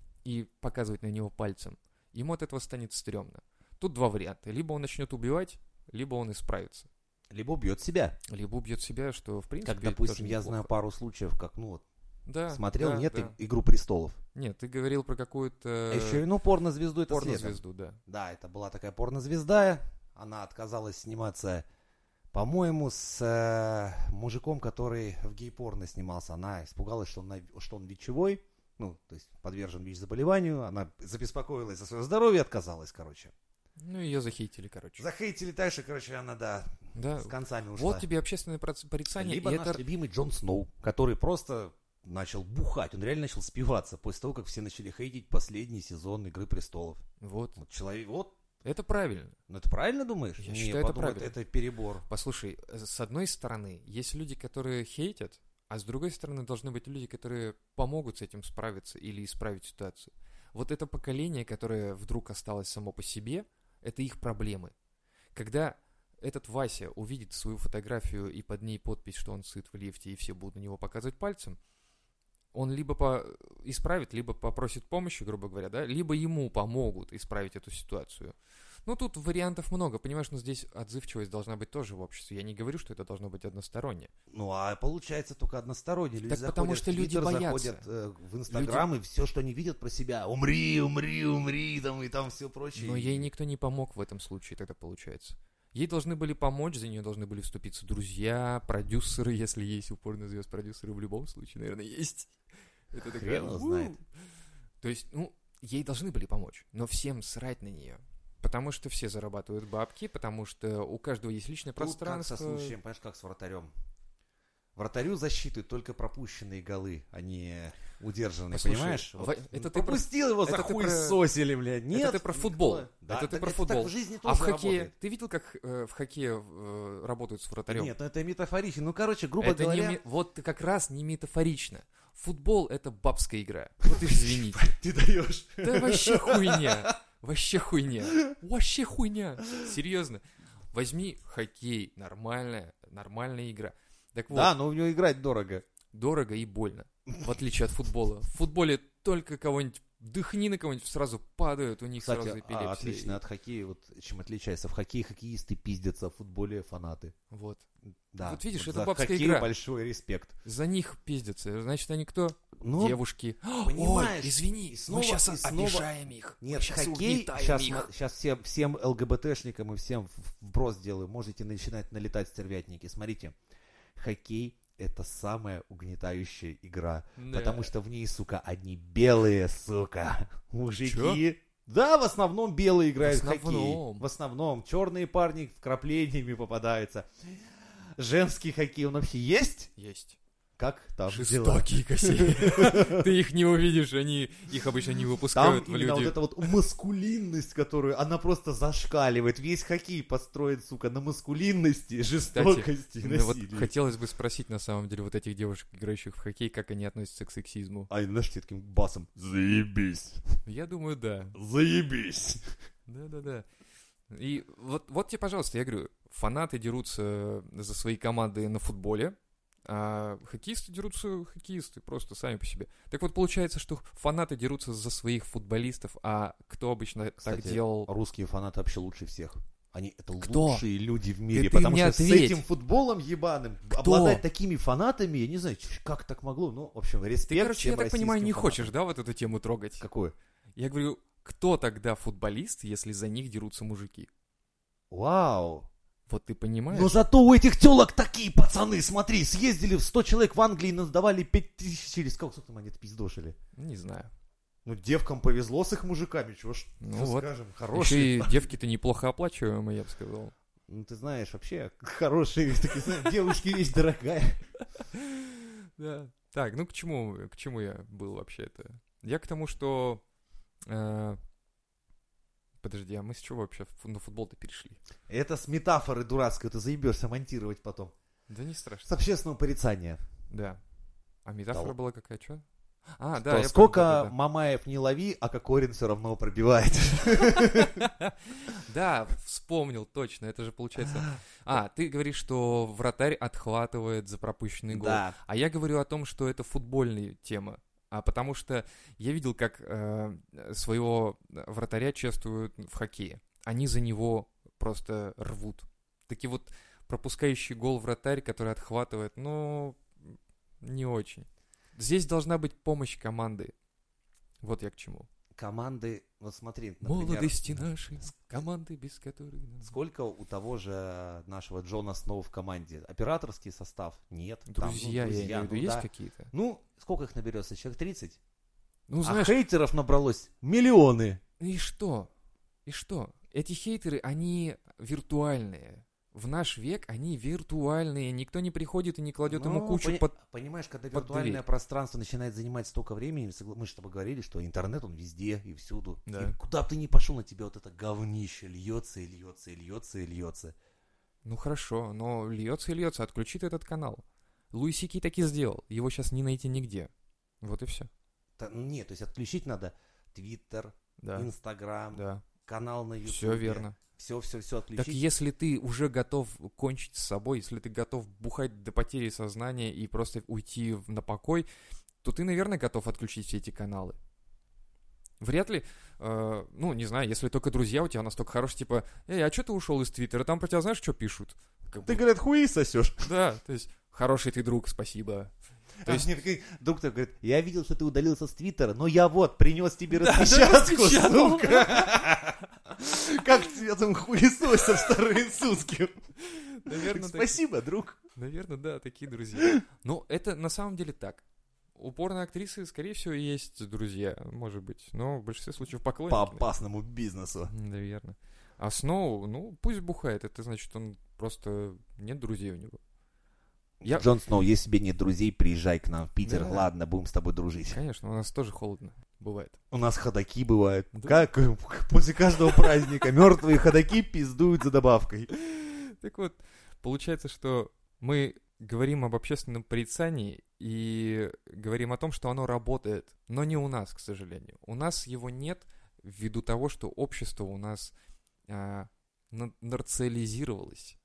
и показывать на него пальцем, ему от этого станет стрёмно. Тут два варианта. Либо он начнет убивать, либо он исправится. Либо убьет себя. Либо убьет себя, что в принципе Как, допустим, тоже я неплохо. знаю пару случаев, как, ну вот, Да, смотрел, да, нет, да. и- «Игру престолов». Нет, ты говорил про какую-то А еще и, ну, порнозвезду это след. порнозвезду, да. Да, это была такая порнозвезда. Она отказалась сниматься, по-моему, с э, мужиком, который в гей-порно снимался. Она испугалась, что он, на- что он ВИЧевой, ну, то есть подвержен ВИЧ-заболеванию. Она забеспокоилась за свое здоровье и отказалась, короче. Ну, ее захейтили, короче. Захейтили так, что, короче, она, да, Да. с концами ушла. Вот тебе общественное проц- порицание. Либо и наш это... любимый Джон Сноу, который просто начал бухать. Он реально начал спиваться после того, как все начали хейтить последний сезон «Игры престолов». Вот. Вот человек, вот, Это правильно. ну это правильно думаешь? Я Не, считаю, это подумай, правильно. это перебор. Послушай, э, с одной стороны, есть люди, которые хейтят, а с другой стороны, должны быть люди, которые помогут с этим справиться или исправить ситуацию. Вот это поколение, которое вдруг осталось само по себе, это их проблемы. Когда этот Вася увидит свою фотографию и под ней подпись, что он сыт в лифте, и все будут на него показывать пальцем, он либо по... исправит, либо попросит помощи, грубо говоря, да, либо ему помогут исправить эту ситуацию. Ну, тут вариантов много, понимаешь, но здесь отзывчивость должна быть тоже в обществе. Я не говорю, что это должно быть односторонне. Ну, а получается только односторонне. Люди Так заходят потому что в люди Твиттер, боятся. заходят э, в Инстаграм, и все, что они видят про себя, умри, умри, умри, там, и там все прочее. Но ей никто не помог в этом случае, тогда получается. Ей должны были помочь, за нее должны были вступиться друзья, продюсеры, если есть у порнозвезд продюсеры, в любом случае, наверное, есть. Это такая, Хрен его «У». знает. То есть, ну, ей должны были помочь, но всем срать на нее. Потому что все зарабатывают бабки, потому что у каждого есть личное Тут пространство. как со случаем, понимаешь, как с вратарем. Вратарю засчитывают только пропущенные голы, а не удержанные, Послушай, понимаешь? Во- Вот это ты про- пропустил его, это за ты хуй про- сосили, блядь. Нет, это ты про никто. футбол. Да, это ты так про это футбол. так в жизни А в тоже хоккее, работает. ты видел, как э, в хоккее э, работают с вратарем? Нет, ну это метафорично. Ну, короче, грубо это говоря... не, ме- вот как раз не метафорично. Футбол — это бабская игра. Вот и извините. Ты даешь. Да вообще хуйня. Вообще хуйня. Вообще хуйня. Серьезно. Возьми хоккей. Нормальная, нормальная игра. Так вот, Да, но в него играть дорого. дорого и больно. В отличие от футбола. В футболе только кого-нибудь дыхни на кого-нибудь, сразу падают, у них Кстати, сразу эпилепсия. а, отлично от хоккея, вот чем отличается. В хоккее хоккеисты пиздятся, а в футболе фанаты. Вот. Да. Вот видишь, это за бабская хоккей игра. большой респект. За них пиздятся. Значит, они кто? Ну, Девушки. понимаешь, Ой, извини, и снова- мы сейчас и снова- обижаем их. Нет, мы сейчас хоккей, угнетаем сейчас, их. сейчас всем, всем ЛГБТшникам и всем в- вброс делаю. Можете начинать налетать стервятники. Смотрите, хоккей — это самая угнетающая игра. Да. Потому что в ней, сука, одни белые, сука, мужики. Чё? Да, в основном белые играют в, В хоккей. основном. В основном. Черные парни вкраплениями попадаются. Женский хоккей, он вообще есть? Есть. Как там дела? Жестокие косяки. Ты их не увидишь, они их обычно не Там выпускают в именно вот люди. эта вот маскулинность, которую она просто зашкаливает. Весь хоккей построен, сука, на маскулинности, жестокости, Ну, вот насилии. хотелось бы спросить, на самом деле, вот этих девушек, играющих в хоккей, как они относятся к сексизму. А знаешь, тебе таким басом: заебись, Я думаю, да. заебись. Да-да-да. И вот, вот тебе, пожалуйста, я говорю, фанаты дерутся за свои команды на футболе, а хоккеисты дерутся хоккеисты, просто сами по себе. Так вот, получается, что фанаты дерутся за своих футболистов, а кто обычно Кстати, так делал? русские фанаты вообще лучше всех. Они это Кто? лучшие люди в мире, ты потому мне что ответь. с этим футболом ебаным Кто? обладать такими фанатами, я не знаю, ч- как так могло. Ну, в общем, респект Ты, короче, всем я так понимаю, российским не фанатам. хочешь, да, вот эту тему трогать? Какую? Я говорю, кто тогда футболист, если за них дерутся мужики? Вау! Вот ты понимаешь? Но зато у этих телок такие пацаны, смотри, съездили в сто человек в Англии и надавали пять тысяч или сколько, сколько там они отпиздошили. Не знаю. Ну, девкам повезло с их мужиками, чего ж Ну вот. скажем, Еще хорошие. и девки-то неплохо оплачиваемые, я бы сказал. Ну, ты знаешь, вообще, хорошие, такие, знаешь, девушки вещь дорогая. Да. Так, ну к чему, к чему я был вообще это? Я к тому, что... э, Подожди, а мы с чего вообще в- на футбол-то перешли? Это с метафоры дурацкой, ты заебешься монтировать потом. Да не страшно. С общественного порицания. Да. А метафора Да. была какая, что? А, Что да, я сколько понял, да, да, Мамаев не лови, а Кокорин все равно пробивает. да. Да, вспомнил, точно, это же получается... А, ты говоришь, что вратарь отхватывает за пропущенный гол. Да. А я говорю о том, что это футбольная тема. А потому что я видел, как э, своего вратаря чествуют в хоккее. Они за него просто рвут. Таки вот пропускающий гол вратарь, который отхватывает, ну, не очень. Здесь должна быть помощь команды. Вот я к чему. Команды, вот смотри, например, Молодости нашей, команды, без которой... сколько у того же нашего Джона Сноу в команде? Операторский состав? Нет. Там, ну, Друзья, я имею в виду, ну есть да. какие-то? Ну, сколько их наберется? Человек тридцать? Ну, А знаешь, хейтеров набралось миллионы. и что? И что? Эти хейтеры, они виртуальные. В наш век они виртуальные. Никто не приходит и не кладет ему Ну, кучу пони- под... Понимаешь, когда под виртуальное дверь. пространство начинает занимать столько времени, согла- мы же с тобой говорили, что интернет, он везде и всюду. Да. И куда бы ты ни пошел, на тебя вот это говнище льется и льется и льется и льется. Ну хорошо, но льется и льется. Отключи ты этот канал. Луи Си Кей таки сделал. Его сейчас не найти нигде. Вот и все. Та- нет, то есть отключить надо Твиттер, Да, Инстаграм, да. канал на Ютубе. Все верно. Все, все, все отключить. Так если ты уже готов кончить с собой, если ты готов бухать до потери сознания и просто уйти в- на покой, то ты, наверное, готов отключить все эти каналы. Вряд ли, э, ну, не знаю, если только друзья у тебя настолько хорошие, типа, эй, а что ты ушел из Твиттера? Там про тебя знаешь, что пишут? Как Ты, бы, говорят, хуи сосешь. да, то есть, хороший ты друг, спасибо. То есть, Мне такой доктор говорит, я видел, что ты удалился с Твиттера, но я вот принес тебе Да, да, распечатку, распечатал. сука. Как тебя там хуесосят старые сутки. наверное, Спасибо, друг. Наверное, да, такие друзья. Но это на самом деле так. У порно актрисы, скорее всего, есть друзья, может быть. Но в большинстве случаев поклонники. По опасному бизнесу. Наверное. А Сноу, ну, пусть бухает. Это значит, он просто... Нет друзей у него. Я... Джон Сноу, если тебе нет друзей, приезжай к нам в Питер. Да. Ладно, будем с тобой дружить. Конечно, у нас тоже холодно. Бывает. У нас ходаки бывают. Да. Как э, после каждого праздника мертвые ходаки пиздуют за добавкой. Так вот, получается, что мы говорим об общественном порицании и говорим о том, что оно работает, но не у нас, к сожалению. У нас его нет ввиду того, что общество у нас а, на- нарциализировалось.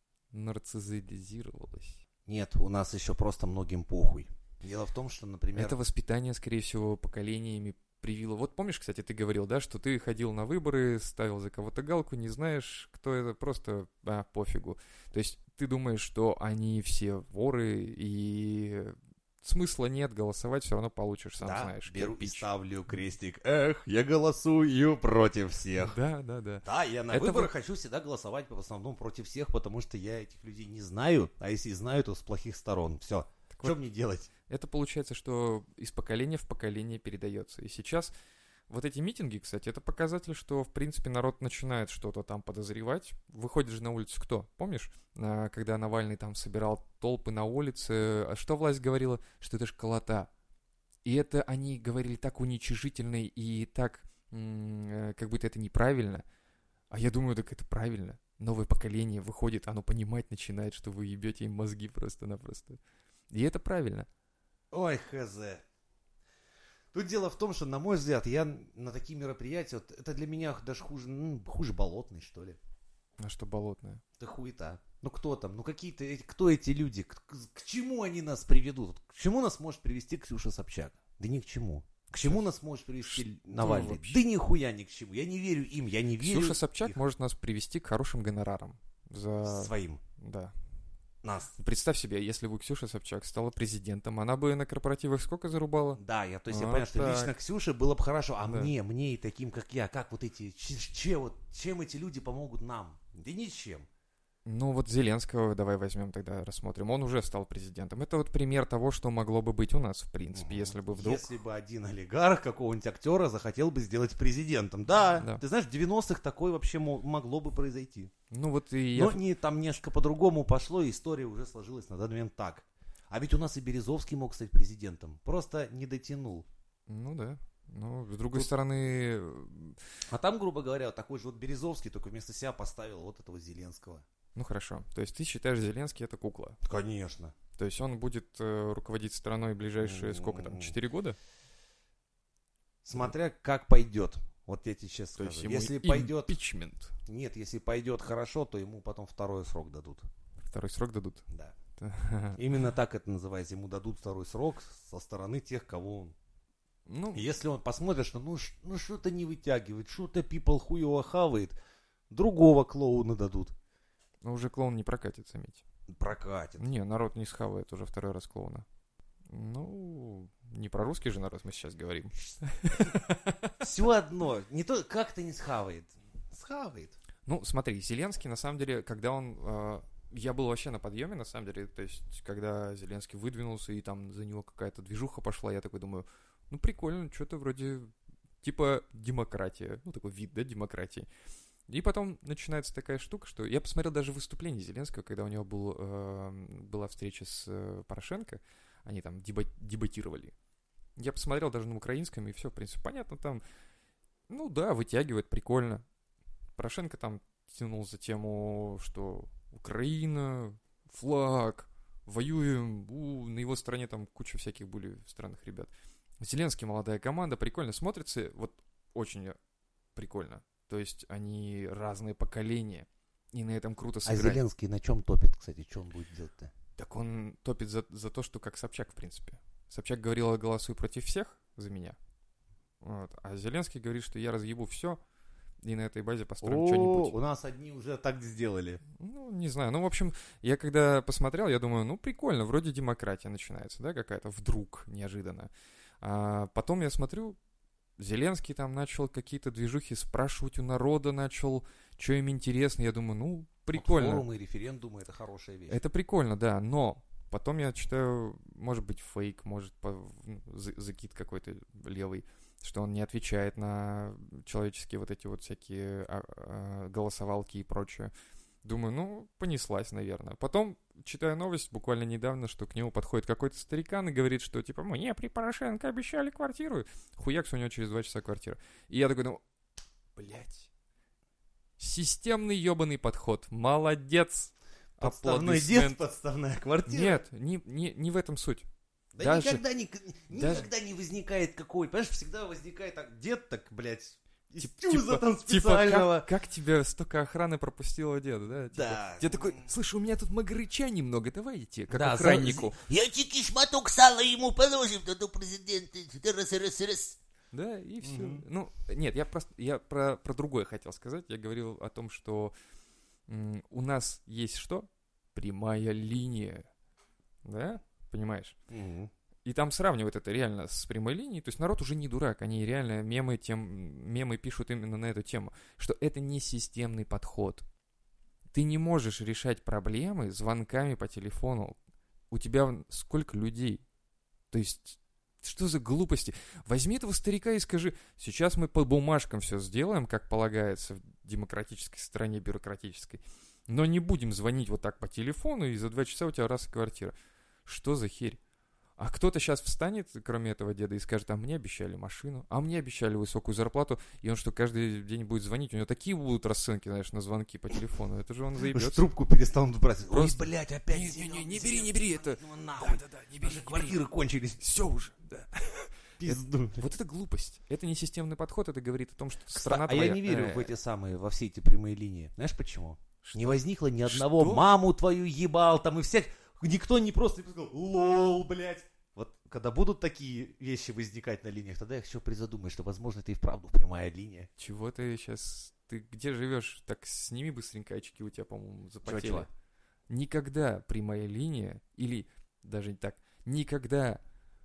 Нарцизализировалось. Нет, у нас еще просто многим похуй. Дело в том, что, например... Это воспитание, скорее всего, поколениями привило. Вот помнишь, кстати, ты говорил, да, что ты ходил на выборы, ставил за кого-то галку, не знаешь, кто это, просто, а, пофигу. То есть ты думаешь, что они все воры, и смысла нет, голосовать все равно получишь, сам да, знаешь. беру кирпич. и ставлю крестик. Эх, я голосую против всех. Да, да, да. Да, я на Это выборах вот- хочу всегда голосовать в основном против всех, потому что я этих людей не знаю, а если знаю, то с плохих сторон. Все. Так Что вот, мне делать? это получается, что из поколения в поколение передается. И сейчас вот эти митинги, кстати, это показатель, что, в принципе, народ начинает что-то там подозревать. Выходит же на улицу кто? Помнишь, а, когда Навальный там собирал толпы на улице, а что власть говорила? Что это школота. И это они говорили так уничижительно и так, м, э, как будто это неправильно. А я думаю, так это правильно. Новое поколение выходит, оно понимать начинает, что вы ебете им мозги просто-напросто. И это правильно. Ой, хз. Тут дело в том, что, на мой взгляд, я на такие мероприятия, вот, это для меня даже хуже, ну, хуже болотный, что ли. А что болотное? Это хуета. Ну кто там? Ну какие-то эти, кто эти люди? К, к чему они нас приведут? К чему нас может привести Ксюша Собчак? Да ни к чему. К чему нас может привести Навальный? вообще? Да нихуя ни к чему. Я не верю им, я не верю Ксюша Собчак их может нас привести к хорошим гонорарам. За... своим. Да. Нас. Представь себе, если бы Ксюша Собчак стала президентом, она бы на корпоративах сколько зарубала? Да, я, то есть я Вот понимаю, что так. лично Ксюше было бы хорошо, а Да. мне, мне и таким, как я, как вот эти, ч- че, вот, чем эти люди помогут нам? Да ничем. Ну вот Зеленского давай возьмем тогда, рассмотрим. Он уже стал президентом. Это вот пример того, что могло бы быть у нас, в принципе, если бы вдруг... Если бы один олигарх какого-нибудь актера захотел бы сделать президентом. Да, Да. ты знаешь, в девяностых такое вообще мо- могло бы произойти. Ну вот и я... Но не, там несколько по-другому пошло, и история уже сложилась на данный момент так. А ведь у нас и Березовский мог стать президентом. Просто не дотянул. Ну да. Ну, с другой Тут- стороны, А там, грубо говоря, такой же вот Березовский, только вместо себя поставил вот этого Зеленского. ну хорошо. То есть ты считаешь, Зеленский это кукла? Конечно. То есть он будет э, руководить страной ближайшие, сколько там, четыре года? Смотря как пойдет. Вот я тебе сейчас То есть скажу. ему Если пойдет... импичмент. Нет, если пойдет хорошо, то ему потом второй срок дадут. Второй срок дадут. Да. Именно так это называется. Ему дадут второй срок со стороны тех, кого он... Ну, Если он посмотрит, что ну, ш- ну что-то не вытягивает, что-то people хуево хавает, другого клоуна дадут. ну, уже клоун не прокатит, заметь. Прокатит. Не, народ не схавает уже второй раз клоуна. Ну, не про русский же народ мы сейчас говорим. Все одно. Не то, как-то не схавает. Схавает. Ну, смотри, Зеленский, на самом деле, когда он... э, я был вообще на подъеме, на самом деле, то есть, когда Зеленский выдвинулся, и там за него какая-то движуха пошла, я такой думаю, ну, прикольно, что-то вроде типа демократия, ну, такой вид, да, демократии. И потом начинается такая штука, что я посмотрел даже выступление Зеленского, когда у него был, э, была встреча с э, Порошенко, они там деба- дебатировали. Я посмотрел даже на украинском, и все, в принципе, понятно, там, ну да, вытягивает, прикольно. Порошенко там тянул за тему, что Украина, флаг, воюем, у, на его стороне там куча всяких были странных ребят. Зеленский, молодая команда, прикольно смотрится, вот очень прикольно. То есть они разные поколения, и на этом круто А сыграли. Зеленский на чем топит, кстати? Что он будет делать-то? Так он топит за, за то, что как Собчак, в принципе. Собчак говорила, голосуй против всех за меня. Вот. А Зеленский говорит, что я разъебу все, и на этой базе построим О, что-нибудь. у нас одни уже так сделали. Ну, не знаю. Ну, в общем, я когда посмотрел, я думаю, ну, прикольно, вроде демократия начинается, да, какая-то, вдруг, неожиданно. А потом я смотрю, Зеленский там начал какие-то движухи спрашивать у народа, начал, что им интересно. Я думаю, ну, прикольно. Вот форумы и референдумы — это хорошая вещь. Это прикольно, да, но потом я читаю, может быть, фейк, может, по, ну, за- закид какой-то левый, что он не отвечает на человеческие вот эти вот всякие а, а, голосовалки и прочее. Думаю, ну, понеслась, наверное. Потом читаю новость буквально недавно, что к нему подходит какой-то старикан и говорит, что, типа, мне при Порошенко обещали квартиру. Хуякс, у него через два часа квартира. И я такой думаю, блядь, системный ебаный подход, молодец. Подставной Аплодисмент. дед, подставная квартира. Нет, не, не, не в этом суть. Да даже- никогда, не, даже- никогда не возникает какой. Понимаешь, всегда возникает так, дед так, блядь, из Тип- тюза там Типа, специального. как, как тебя столько охраны пропустила деда, да? Типа, Да. я такой, слушай, у меня тут магарыча немного, давайте, как Да, охраннику. Я тики шматок сала ему положим, то президент. Раз, раз, раз. Да, и все. Мгм. Ну, нет, я просто, я про, про другое хотел сказать. Я говорил о том, что м, у нас есть что? Прямая линия. Да? Понимаешь? Мгм. И там сравнивают это реально с прямой линией. То есть народ уже не дурак. Они реально мемы, тем, мемы пишут именно на эту тему. Что это не системный подход. Ты не можешь решать проблемы звонками по телефону. У тебя сколько людей? То есть, что за глупости? Возьми этого старика и скажи, сейчас мы по бумажкам все сделаем, как полагается в демократической стране бюрократической. Но не будем звонить вот так по телефону, и за два часа у тебя раз и квартира. Что за херь? А кто-то сейчас встанет, кроме этого деда, и скажет, а мне обещали машину, а мне обещали высокую зарплату, и он что, каждый день будет звонить? У него такие будут расценки, знаешь, на звонки по телефону. Это же он Уж заебется. трубку перестанут брать. Просто- Ой, блядь, опять. Не, не, не, не бери, не бери, это- Ну нахуй. Да-да-да, не бери, Даже квартиры кончились. Все уже, да. Пизду. Вот это глупость. Это не системный подход, это говорит о том, что Кстати, страна а твоя... я не верю э, в эти самые, во все эти прямые линии. Знаешь почему? Не возникло ни одного Что? «маму твою ебал» там и всех. Никто не просто не сказал «лол, блядь». Вот когда будут такие вещи возникать на линиях, тогда я еще призадумаюсь, что, возможно, это и вправду прямая линия. Чего ты сейчас... Ты где живешь? Так сними быстренько очки, у тебя, по-моему, запотели. Чего-чего? Никогда прямая линия, или даже не так, никогда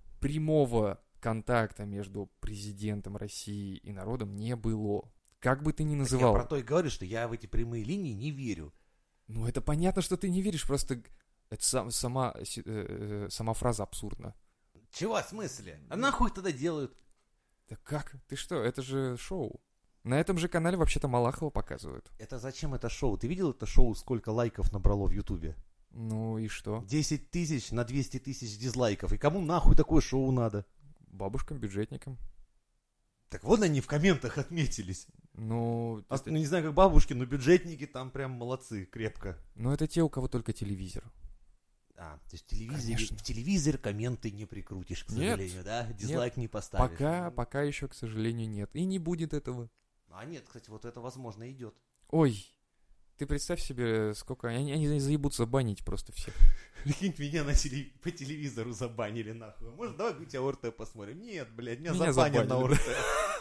прямого контакта между президентом России и народом не было. Как бы ты ни Так называл. я про то и говорю, что я в эти прямые линии не верю. Ну, это понятно, что ты не веришь, просто это сам, сама, си- э, сама фраза абсурдна. Чего, в смысле? А нахуй тогда делают? Да как? Ты что? Это же шоу. На этом же канале вообще-то Малахова показывают. Это зачем это шоу? Ты видел это шоу, сколько лайков набрало в Ютубе? Ну и что? десять тысяч на двести тысяч дизлайков. И кому нахуй такое шоу надо? Бабушкам, бюджетникам. Так вот они в комментах отметились. Ну, А, это, ну, не знаю, как бабушки, но бюджетники там прям молодцы, крепко. ну, это те, у кого только телевизор. А, то есть в телевизоре, Конечно. в телевизор комменты не прикрутишь, к Нет. сожалению, да? Дизлайк не поставишь. Пока, пока еще, к сожалению, нет. И не будет этого. А нет, кстати, вот это, возможно, идет. Ой, ты представь себе, сколько... Они, они заебутся банить просто всех. Прикинь, меня на теле- по телевизору забанили, нахуй. Может, давай у тебя ОРТ посмотрим? Нет, блядь, меня, Меня забанят на забанили, ОРТ.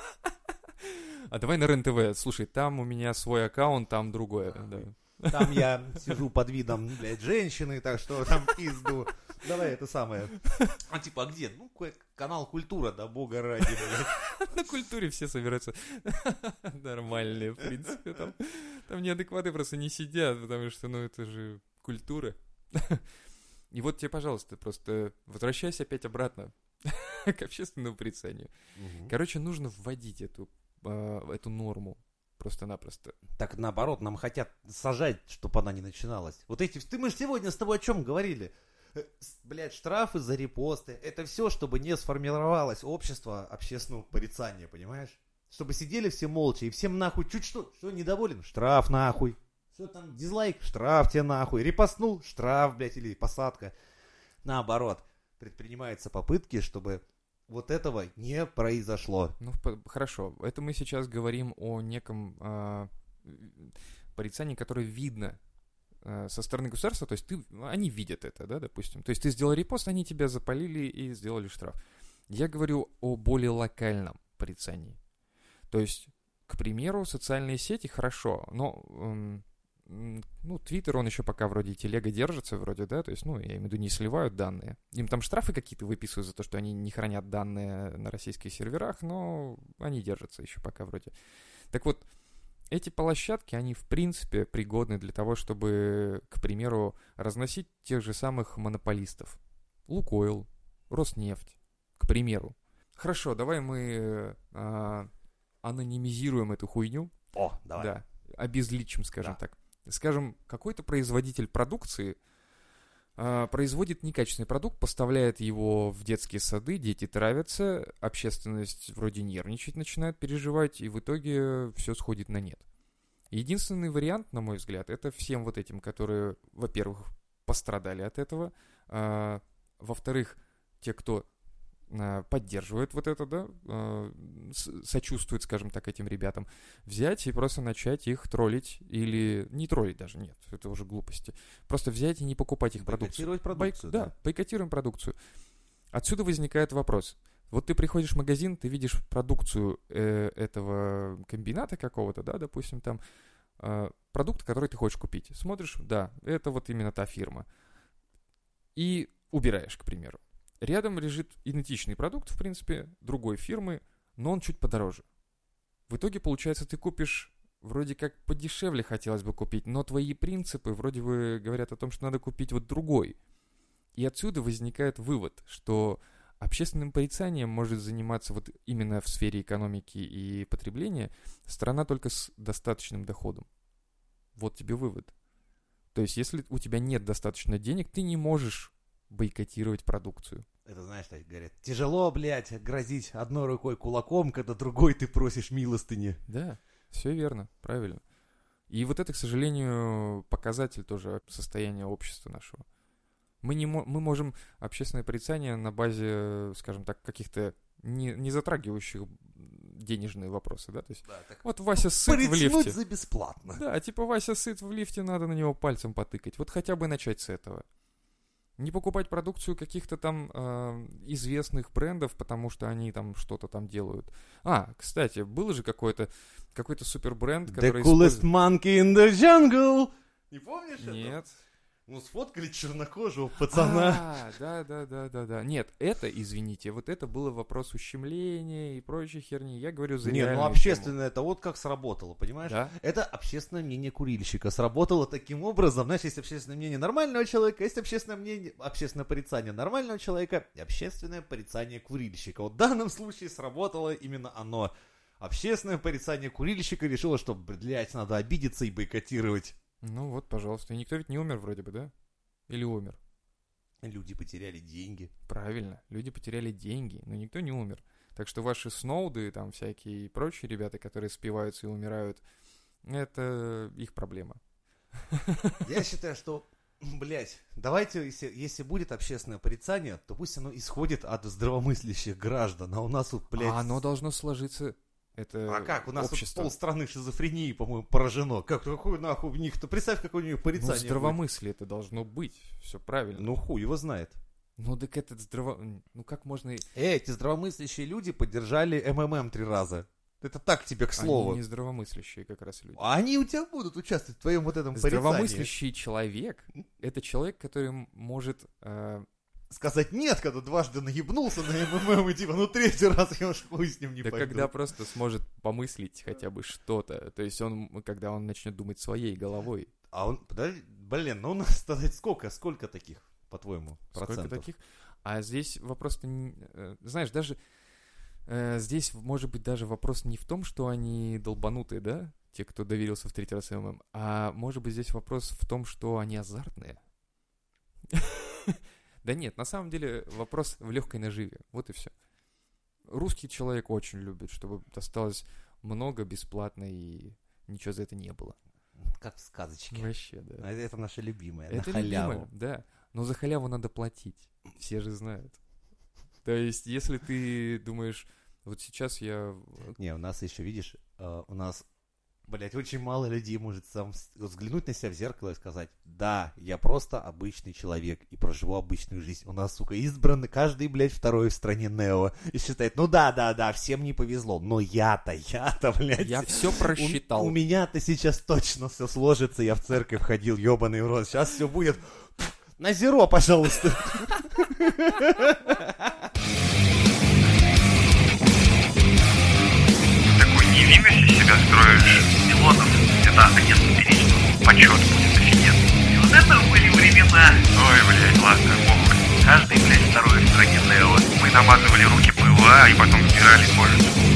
А давай на РЕН-ТВ. Слушай, там у меня свой аккаунт, там другое. Да. Там я сижу под видом, блядь, женщины, так что там пизду. Давай это самое. А типа, а где? Ну, ка- канал Культура, да бога ради, блядь. На культуре все собираются нормальные, в принципе. Там, там неадекваты просто не сидят, потому что, ну, это же культура. И вот тебе, пожалуйста, просто возвращайся опять обратно к общественному порицанию. Короче, нужно вводить эту, э, эту норму просто-напросто. Так наоборот, нам хотят сажать, чтобы она не начиналась. Вот эти, ты мы же сегодня с тобой о чем говорили? Э, с- Блядь, штрафы за репосты. Это все, чтобы не сформировалось общество общественного порицания, понимаешь? Чтобы сидели все молча и всем нахуй чуть что, что недоволен? Штраф нахуй. Что там, дизлайк? Штраф тебе нахуй. Репостнул? Штраф, блядь, или посадка. Наоборот, предпринимаются попытки, чтобы вот этого не произошло. Ну, по- хорошо. Это мы сейчас говорим о неком а, порицании, которое видно а, со стороны государства. То есть ты, они видят это, да, допустим. То есть ты сделал репост, они тебя запалили и сделали штраф. Я говорю о более локальном порицании. То есть, к примеру, социальные сети хорошо, но... эм, м, ну, Твиттер, он еще пока вроде и телега держится, вроде, да, то есть, ну, я имею в виду, не сливают данные. Им там штрафы какие-то выписывают за то, что они не хранят данные на российских серверах, но они держатся еще пока вроде. Так вот, эти площадки, они, в принципе, пригодны для того, чтобы, к примеру, разносить тех же самых монополистов. Лукойл, Роснефть, к примеру. Хорошо, давай мы а, анонимизируем эту хуйню. О, давай. Да, обезличим, скажем Да. так. Скажем, какой-то производитель продукции а, производит некачественный продукт, поставляет его в детские сады, дети травятся, общественность вроде нервничать начинает, переживать, и в итоге все сходит на нет. Единственный вариант, на мой взгляд, это всем вот этим, которые, во-первых, пострадали от этого, а, во-вторых, те, кто а, поддерживает вот это, да, а, с- сочувствует, скажем так, этим ребятам, взять и просто начать их троллить, или не троллить даже, нет, это уже глупости, просто взять и не покупать их продукцию. Бойкотировать продукцию, Бойк- да. Да, бойкотируем продукцию. Отсюда возникает вопрос. Вот ты приходишь в магазин, ты видишь продукцию э, этого комбината какого-то, да, допустим, там, э, продукт, который ты хочешь купить. Смотришь, да, это вот именно та фирма. И убираешь, к примеру. Рядом лежит идентичный продукт, в принципе, другой фирмы, но он чуть подороже. В итоге, получается, ты купишь вроде как подешевле хотелось бы купить, но твои принципы вроде бы говорят о том, что надо купить вот другой. И отсюда возникает вывод, что общественным порицанием может заниматься вот именно в сфере экономики и потребления страна только с достаточным доходом. Вот тебе вывод. То есть, если у тебя нет достаточно денег, ты не можешь бойкотировать продукцию. Это, знаешь, так говорят, тяжело, блядь, грозить одной рукой кулаком, когда другой ты просишь милостыни. Да, все верно, правильно. И вот это, к сожалению, показатель тоже состояния общества нашего. Мы, не мо- мы можем общественное порицание на базе, скажем так, каких-то не, не затрагивающих денежные вопросы, да, то есть Да, так вот Вася сыт в порицнуть лифте. за бесплатно. Да, типа Вася сыт в лифте, надо на него пальцем потыкать. Вот хотя бы начать с этого. Не покупать продукцию каких-то там э, известных брендов, потому что они там что-то там делают. А, кстати, был же какой-то какой-то супербренд, The который coolest использует- monkey in the jungle. Не помнишь это? Нет. Ну, сфоткали чернокожего пацана. А, да, да, да, да, да. Нет, это, извините, вот это было вопрос ущемления и прочей херни. Я говорю за Нет, ну реальную общественное это вот как сработало, понимаешь? Да. Это общественное мнение курильщика сработало таким образом. Знаешь, есть общественное мнение нормального человека, есть общественное мнение, общественное порицание нормального человека и общественное порицание курильщика. Вот в данном случае сработало именно оно. Общественное порицание курильщика решило, что, блядь, надо обидеться и бойкотировать. Ну вот, пожалуйста. И никто ведь не умер вроде бы, да? Или умер? Люди потеряли деньги. Правильно. Люди потеряли деньги, но никто не умер. Так что ваши Сноуды, там всякие и прочие ребята, которые спиваются и умирают, это их проблема. Я считаю, что, блядь, давайте, если, если будет общественное порицание, то пусть оно исходит от здравомыслящих граждан. А у нас вот, блядь... А оно должно сложиться... Это А как? У нас общество. тут полстраны шизофрении, по-моему, поражено. Как какой нахуй у них-то? Представь, какое у них Ну, порицание здравомыслие это должно быть. Все правильно. будет. Ну, хуй его знает. Ну, так этот здраво... Ну, как можно... Э, эти здравомыслящие люди поддержали МММ три раза. Это так тебе к слову. Они не здравомыслящие как раз люди. А они у тебя будут участвовать в твоем вот этом порицании. Здравомыслящий человек — это человек, который может... э, Сказать нет, когда дважды наебнулся на МММ, и типа, ну третий раз я уж хуй с ним не да пойду. когда просто сможет помыслить хотя бы что-то. То есть он, когда он начнет думать своей головой. А он, подожди, блин, ну у нас тогда сколько, сколько таких, по-твоему, процентов? Сколько таких? А здесь вопрос-то... не- э, Знаешь, даже... э, Здесь может быть даже вопрос не в том, что они долбанутые, да? Те, кто доверился в третий раз МММ. А может быть здесь вопрос в том, что они азартные. Да нет, на самом деле вопрос в легкой наживе. Вот и все. Русский человек очень любит, чтобы досталось много бесплатно и ничего за это не было. Как в сказочке. Вообще, да. А Это наше любимое, Это на халяву. любимое, да. Но за халяву надо платить. Все же знают. То есть, если ты думаешь, вот сейчас я... Не, у нас еще, видишь, э, у нас, блядь, очень мало людей может сам с- взглянуть на себя в зеркало и сказать: да, я просто обычный человек и проживу обычную жизнь. У нас, сука, избраны каждый, блядь, второй в стране Нео. И считает, ну да, да, да, всем не повезло. Но я-то, я-то, блядь. Я все у- просчитал. У, меня-то сейчас точно все сложится. Я в церковь ходил, ебаный в рот. Сейчас все будет. Пф, на зеро, пожалуйста. Такой невинность из себя строишь. Милонов, это агент перечного. Почет будет офигенно. И вот это были времена. Ой, блядь, ладно, похуй. Каждый, блядь, второй в стране Нео. Мы намазывали руки ПВА и потом стирали кожу.